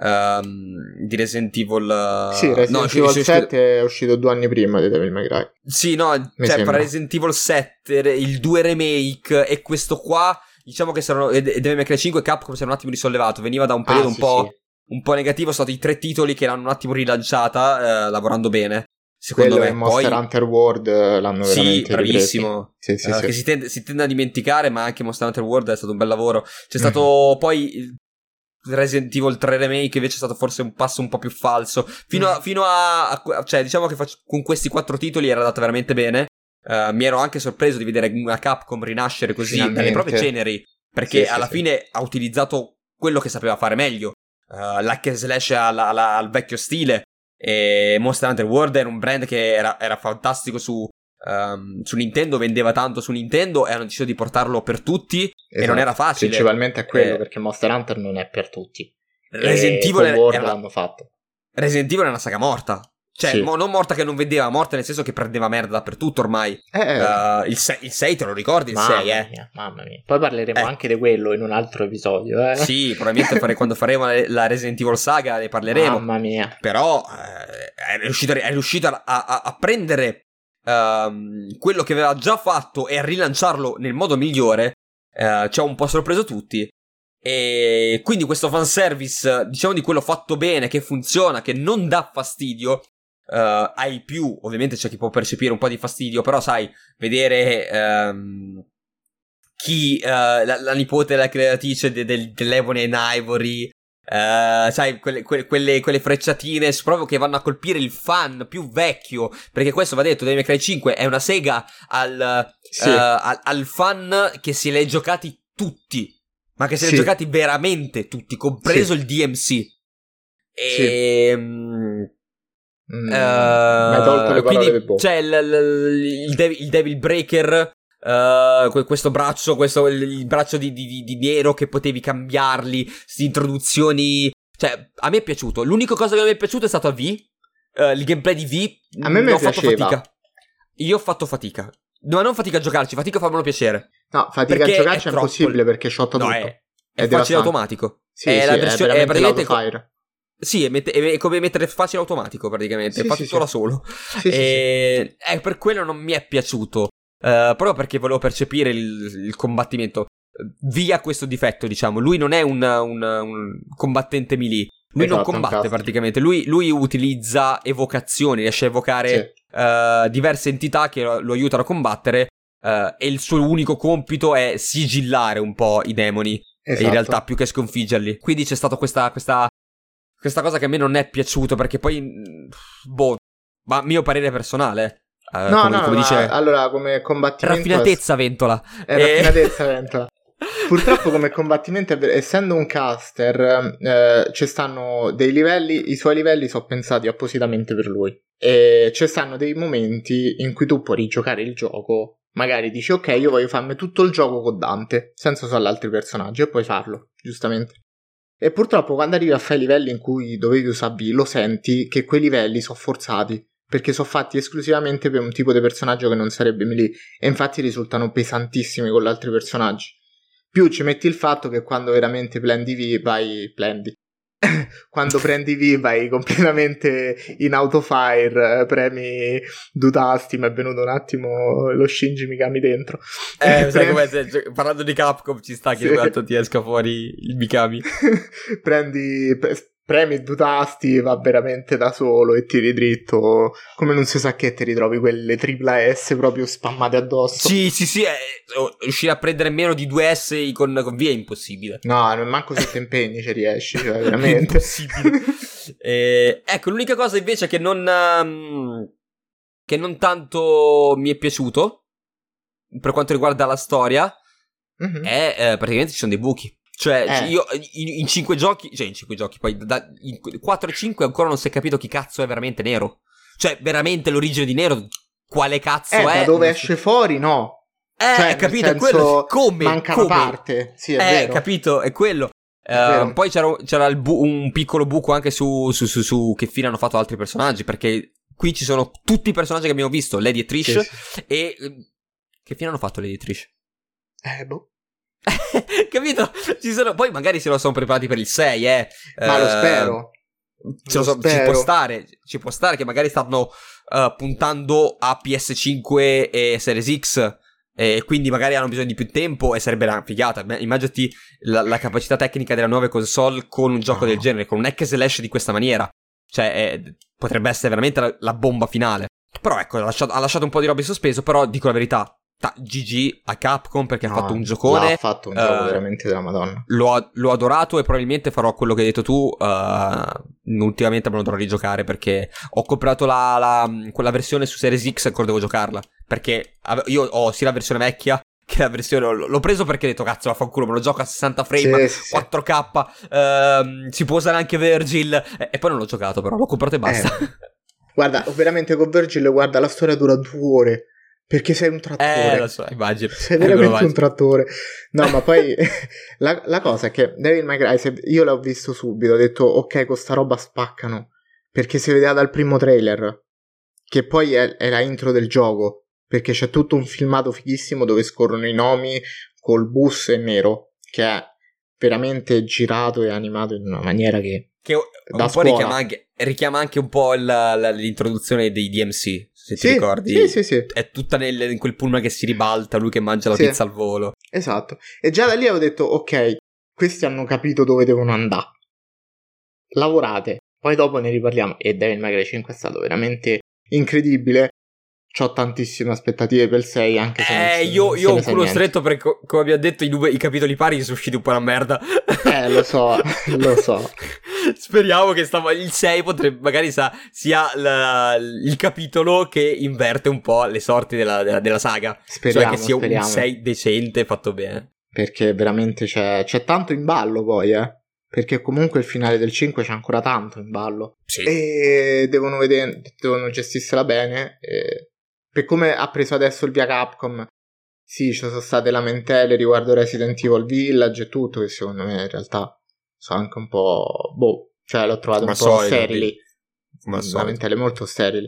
um, di Resident Evil. Uh, Sì, Resident no, Evil uscito, sette è uscito due anni prima di Devil May Cry. sì, no, Mi cioè sembra. per Resident Evil sette, il due remake e questo qua, diciamo che saranno, e Devil May Cry cinque Capcom si era un attimo risollevato, veniva da un periodo Ah, un sì, po', sì. un po' negativo, sono stati i tre titoli che l'hanno un attimo rilanciata, eh, lavorando bene. Secondo Quello me e Monster poi Hunter World l'hanno sì, veramente bravissimo. ripresi. Sì, sì, Uh, sì. che si tende, si tende a dimenticare, ma anche Monster Hunter World è stato un bel lavoro. C'è stato Mhm. poi il, Resident Evil tre Remake invece è stato forse un passo un po' più falso. Fino a, mm. fino a, a cioè diciamo che fac- con questi quattro titoli era andata veramente bene. Uh, mi ero anche sorpreso di vedere una Capcom rinascere così Finalmente. dalle proprie ceneri, perché sì, alla sì, fine sì. ha utilizzato quello che sapeva fare meglio, uh, l'hack and slash alla, alla, al vecchio stile. E Monster Hunter World era un brand che era, era fantastico su, um, su Nintendo, vendeva tanto su Nintendo e hanno deciso di portarlo per tutti. Esatto. E non era facile, principalmente a quello, eh, perché Monster Hunter non è per tutti. Resident Evil era, World era l'hanno fatto. Resident Evil è una saga morta. Cioè, sì. mo- non morta che non vendeva, morta nel senso che prendeva merda dappertutto ormai. Eh, uh, il sei te lo ricordi? Il mamma sei, eh? Mia, mamma mia. Poi parleremo eh. anche di quello in un altro episodio. Eh. Sì, probabilmente fare, quando faremo la, la Resident Evil saga ne parleremo. Mamma mia. Però eh, è riuscito, è riuscito a, a, a prendere um, quello che aveva già fatto e a rilanciarlo nel modo migliore. Uh, ci ha un po' sorpreso tutti. E quindi questo fanservice, diciamo di quello fatto bene, che funziona, che non dà fastidio. Uh, ai più, ovviamente c'è chi può percepire un po' di fastidio, però sai, vedere um, chi, uh, la, la nipote della creatrice de, de, dell'Ebony and Ivory, uh, sai, quelle, quelle, quelle, quelle frecciatine proprio che vanno a colpire il fan più vecchio, perché questo va detto, Devil May Cry cinque è una sega al, sì. uh, al, al fan che se li è giocati tutti, ma che se li sì. è giocati veramente tutti, compreso sì. il D M C. E... Sì. Um, Mm, uh, quindi c'è il, il, il, Devil, il Devil Breaker, uh, questo braccio, questo, il, il braccio di, di, di nero che potevi cambiarli, queste introduzioni. Cioè, a me è piaciuto. L'unica cosa che non mi è piaciuto è stato a V, uh, il gameplay di V. A me mi ho fatto piaceva. fatica. Io ho fatto fatica. No, non fatica a giocarci, fatica a farmelo piacere. No, fatica perché a giocarci è, è impossibile perché shotto no, tutto. È, è, è facile automatico. Sì, è sì, la è versione, è praticamente praticamente Sì, è, met- è come mettere facile automatico praticamente, sì, fa sì, tutto sì. da solo. Sì, e sì, sì. Eh, per quello non mi è piaciuto, uh, proprio perché volevo percepire il, il combattimento. Via questo difetto, diciamo, lui non è un, un, un combattente melee, lui esatto, non combatte praticamente, lui, lui utilizza evocazioni, riesce a evocare sì. uh, diverse entità che lo, lo aiutano a combattere, uh, e il suo unico compito è sigillare un po' i demoni. Esatto. In realtà più che sconfiggerli. Quindi c'è stata questa questa questa cosa che a me non è piaciuto, perché poi boh, ma a mio parere personale, eh, no, come, no, come no, dice, allora come combattimento raffinatezza Ventola. È e... raffinatezza Ventola. Purtroppo come combattimento, essendo un caster, eh, ci stanno dei livelli, i suoi livelli sono pensati appositamente per lui, e ci stanno dei momenti in cui tu puoi rigiocare il gioco. Magari dici ok, io voglio farmi tutto il gioco con Dante senza usare altri personaggi, e puoi farlo, giustamente. E purtroppo quando arrivi a fare i livelli in cui dovevi usare B, lo senti che quei livelli sono forzati, perché sono fatti esclusivamente per un tipo di personaggio che non sarebbe melee, e infatti risultano pesantissimi con gli altri personaggi. Più ci metti il fatto che quando veramente prendi V vai prendi quando prendi V vai completamente in autofire, premi due tasti, mi è venuto un attimo lo Shinji Mikami dentro. Eh, Premi... sai come se, parlando di Capcom ci sta che sì. tanto ti esca fuori il Mikami. Prendi, premi due tasti, va veramente da solo e tiri dritto, come non si sa che ti ritrovi quelle tripla S proprio spammate addosso. Sì, sì, sì, eh, riuscire a prendere meno di due S con, con V è impossibile. No, non manco se ti impegni ci riesci, cioè veramente. Impossibile. eh, ecco, l'unica cosa invece che non um, che non tanto mi è piaciuto per quanto riguarda la storia mm-hmm. è eh, praticamente ci sono dei buchi. Cioè, eh. io in, in cinque giochi, cioè in cinque giochi, poi da, in quattro e cinque ancora non si è capito chi cazzo è veramente Nero. Cioè, veramente l'origine di Nero, quale cazzo eh, è? Da dove esce fuori, no. Eh, cioè, capito, senso, è quello. Come? Manca come? una parte, sì, è eh, vero. capito, è quello. È uh, poi c'era, c'era il bu- un piccolo buco anche su, su, su, su che fine hanno fatto altri personaggi, perché qui ci sono tutti i personaggi che abbiamo visto, Lady e Trish, sì, sì. E che fine hanno fatto Lady e Trish? Eh, boh. Capito? Ci sono, poi magari se lo sono preparati per il sei, eh. Ma uh, lo spero. Ce lo so, spero. Ci può stare, ci può stare che magari stanno uh, puntando a P S cinque e Series X, e quindi magari hanno bisogno di più tempo, e sarebbe una figata. Immaginati la, la capacità tecnica delle nuove console con un gioco no. del genere, con un hack and slash di questa maniera. Cioè, eh, potrebbe essere veramente la, la bomba finale. Però ecco, ha lasciato, ha lasciato un po' di roba in sospeso, però dico la verità. ta- G G a Capcom perché No, ha fatto un giocone. Ha fatto un uh, gioco veramente della Madonna. L'ho, l'ho adorato e probabilmente farò quello che hai detto tu. Uh, ultimamente me lo dovrò rigiocare perché ho comprato la, la, quella versione su Series X e ancora devo giocarla. Perché io ho sia la versione vecchia che la versione... L'ho preso perché ho detto cazzo vaffanculo, me lo gioco a sessanta frame, sì, sì, quattro K, uh, si può usare anche Virgil e, e poi non l'ho giocato, però l'ho comprato e basta. Eh, guarda, veramente con Virgil, guarda, la storia dura due ore. Perché sei un trattore. Eh, lo so, immagino. Sei veramente un trattore. No, ma poi la, la cosa è che Devil May Cry, se, io l'ho visto subito, ho detto ok, con sta roba spaccano. Perché si vedeva dal primo trailer, che poi è, è la intro del gioco. Perché c'è tutto un filmato fighissimo dove scorrono i nomi col bus e nero, che è veramente girato e animato in una maniera che... Che un po' richiama anche, richiama anche un po' la, la, l'introduzione dei D M C, se sì, ti ricordi. Sì, sì, sì. È tutta nel, in quel pullman che si ribalta, lui che mangia la sì. pizza al volo. Esatto. E già da lì avevo detto, ok, questi hanno capito dove devono andare. Lavorate. Poi dopo ne riparliamo. E Devil May Cry cinque è stato veramente incredibile. C'ho tantissime aspettative per il sei, anche se Eh, non, io, non io ho un culo niente. stretto perché, come abbiamo detto, i, due, i capitoli pari sono usciti un po' una merda. Eh, lo so, lo so. Speriamo che stava, il sei potrebbe, magari sa, sia la, il capitolo che inverte un po' le sorti della, della, della saga. Speriamo, cioè che sia speriamo. un sei decente fatto bene. Perché veramente c'è, c'è tanto in ballo poi, eh. Perché comunque il finale del cinque c'è ancora tanto in ballo. Sì. E devono vedere, devono gestirsela bene. E... Per come ha preso adesso il via Capcom, sì, ci sono state lamentele riguardo Resident Evil Village e tutto, che secondo me in realtà sono anche un po'... boh, cioè l'ho trovato un po' sterili. Lamentele molto sterili.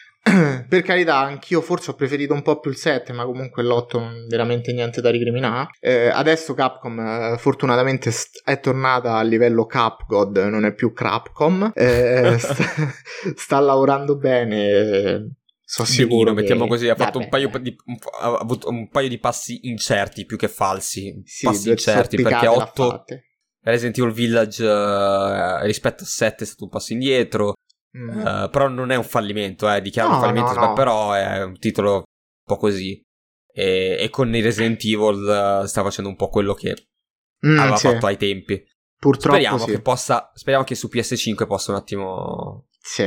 Per carità, anch'io forse ho preferito un po' più il sette, ma comunque l'otto non veramente niente da ricriminare. Eh, adesso Capcom eh, fortunatamente st- è tornata a livello Capgod, non è più Crapcom. Eh, sta, sta lavorando bene... Eh, sono sicuro che... mettiamo così, ha Vabbè. fatto un paio di un, ha avuto un paio di passi incerti più che falsi, sì, passi incerti perché otto Resident Evil Village uh, rispetto a sette è stato un passo indietro, mm. uh, però non è un fallimento, eh, dichiaro no, un fallimento, no, no. però è un titolo un po' così e, e con i Resident Evil uh, sta facendo un po' quello che mm, aveva sì. fatto ai tempi. Purtroppo speriamo sì. che possa, speriamo che su P S cinque possa un attimo sì.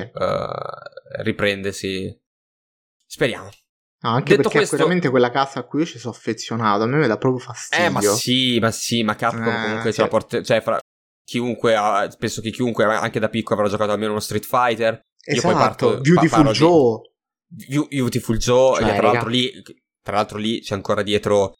uh, riprendersi. Speriamo. No, anche Detto perché questo... è veramente quella casa a cui io ci sono affezionato. A me mi dà proprio fastidio. Eh, ma sì, ma sì, ma Capcom eh, comunque sì. ce la porta. Cioè, fra chiunque ha, penso che chiunque, anche da piccolo, avrà giocato almeno uno Street Fighter. Esatto, io poi parto, Beautiful pa- Joe. Di... Beautiful Joe. Cioè, e tra l'altro lì, tra l'altro lì c'è ancora dietro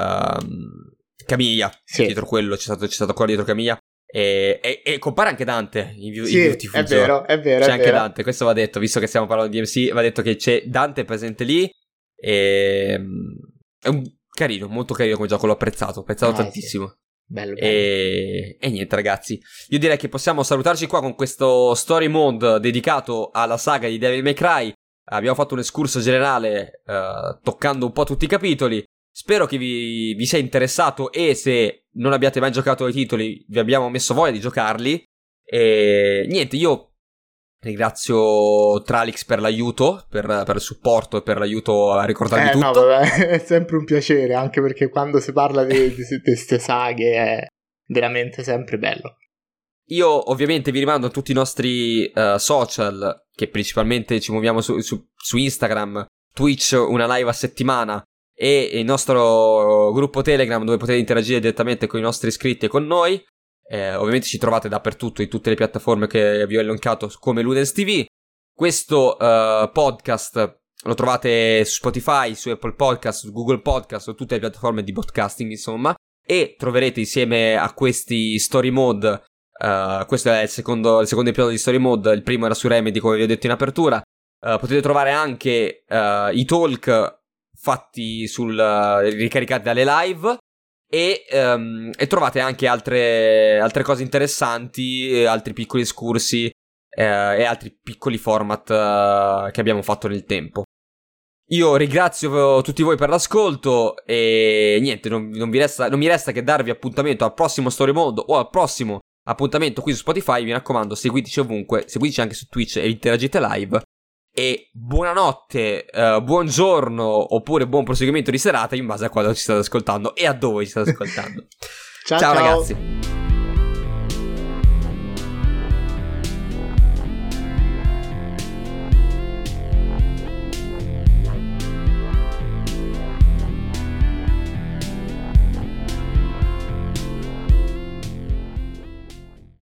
um, Camilla. Sì. Dietro quello c'è stato, c'è stato ancora dietro Camilla. E, e, e compare anche Dante in, sì, in Beautiful è Joe. vero, è vero. C'è è anche vero. Dante, questo va detto, visto che stiamo parlando di D M C, va detto che c'è Dante presente lì. E è un carino, molto carino come gioco, l'ho apprezzato, ho apprezzato eh, tantissimo. Sì. Bello, bello. E... e niente ragazzi, io direi che possiamo salutarci qua con questo story mode dedicato alla saga di Devil May Cry. Abbiamo fatto un escurso generale uh, toccando un po' tutti i capitoli. Spero che vi, vi sia interessato e se non abbiate mai giocato ai titoli vi abbiamo messo voglia di giocarli. E niente, io ringrazio Tralix per l'aiuto, per, per il supporto e per l'aiuto a ricordarvi eh, tutto. No, vabbè, è sempre un piacere, anche perché quando si parla di queste saghe è veramente sempre bello. Io ovviamente vi rimando a tutti i nostri uh, social, che principalmente ci muoviamo su, su, su Instagram, Twitch, una live a settimana, e il nostro gruppo Telegram dove potete interagire direttamente con i nostri iscritti e con noi. Eh, ovviamente ci trovate dappertutto, in tutte le piattaforme che vi ho elencato come Ludens T V. Questo uh, podcast lo trovate su Spotify, su Apple Podcast, su Google Podcast, su tutte le piattaforme di podcasting insomma, e troverete insieme a questi story mode, uh, questo è il secondo, il secondo episodio di story mode, il primo era su Remedy come vi ho detto in apertura, uh, potete trovare anche uh, i talk fatti sul uh, ricaricati dalle live. E, um, e trovate anche altre, altre cose interessanti, altri piccoli escursi eh, e altri piccoli format uh, che abbiamo fatto nel tempo. Io ringrazio tutti voi per l'ascolto e niente, non, non, vi resta, non mi resta che darvi appuntamento al prossimo Story Mode o al prossimo appuntamento qui su Spotify. Mi raccomando, seguiteci ovunque, seguiteci anche su Twitch e interagite live. e buonanotte, uh, buongiorno oppure buon proseguimento di serata in base a quando ci state ascoltando e a dove ci state ascoltando. ciao, ciao, ciao ragazzi.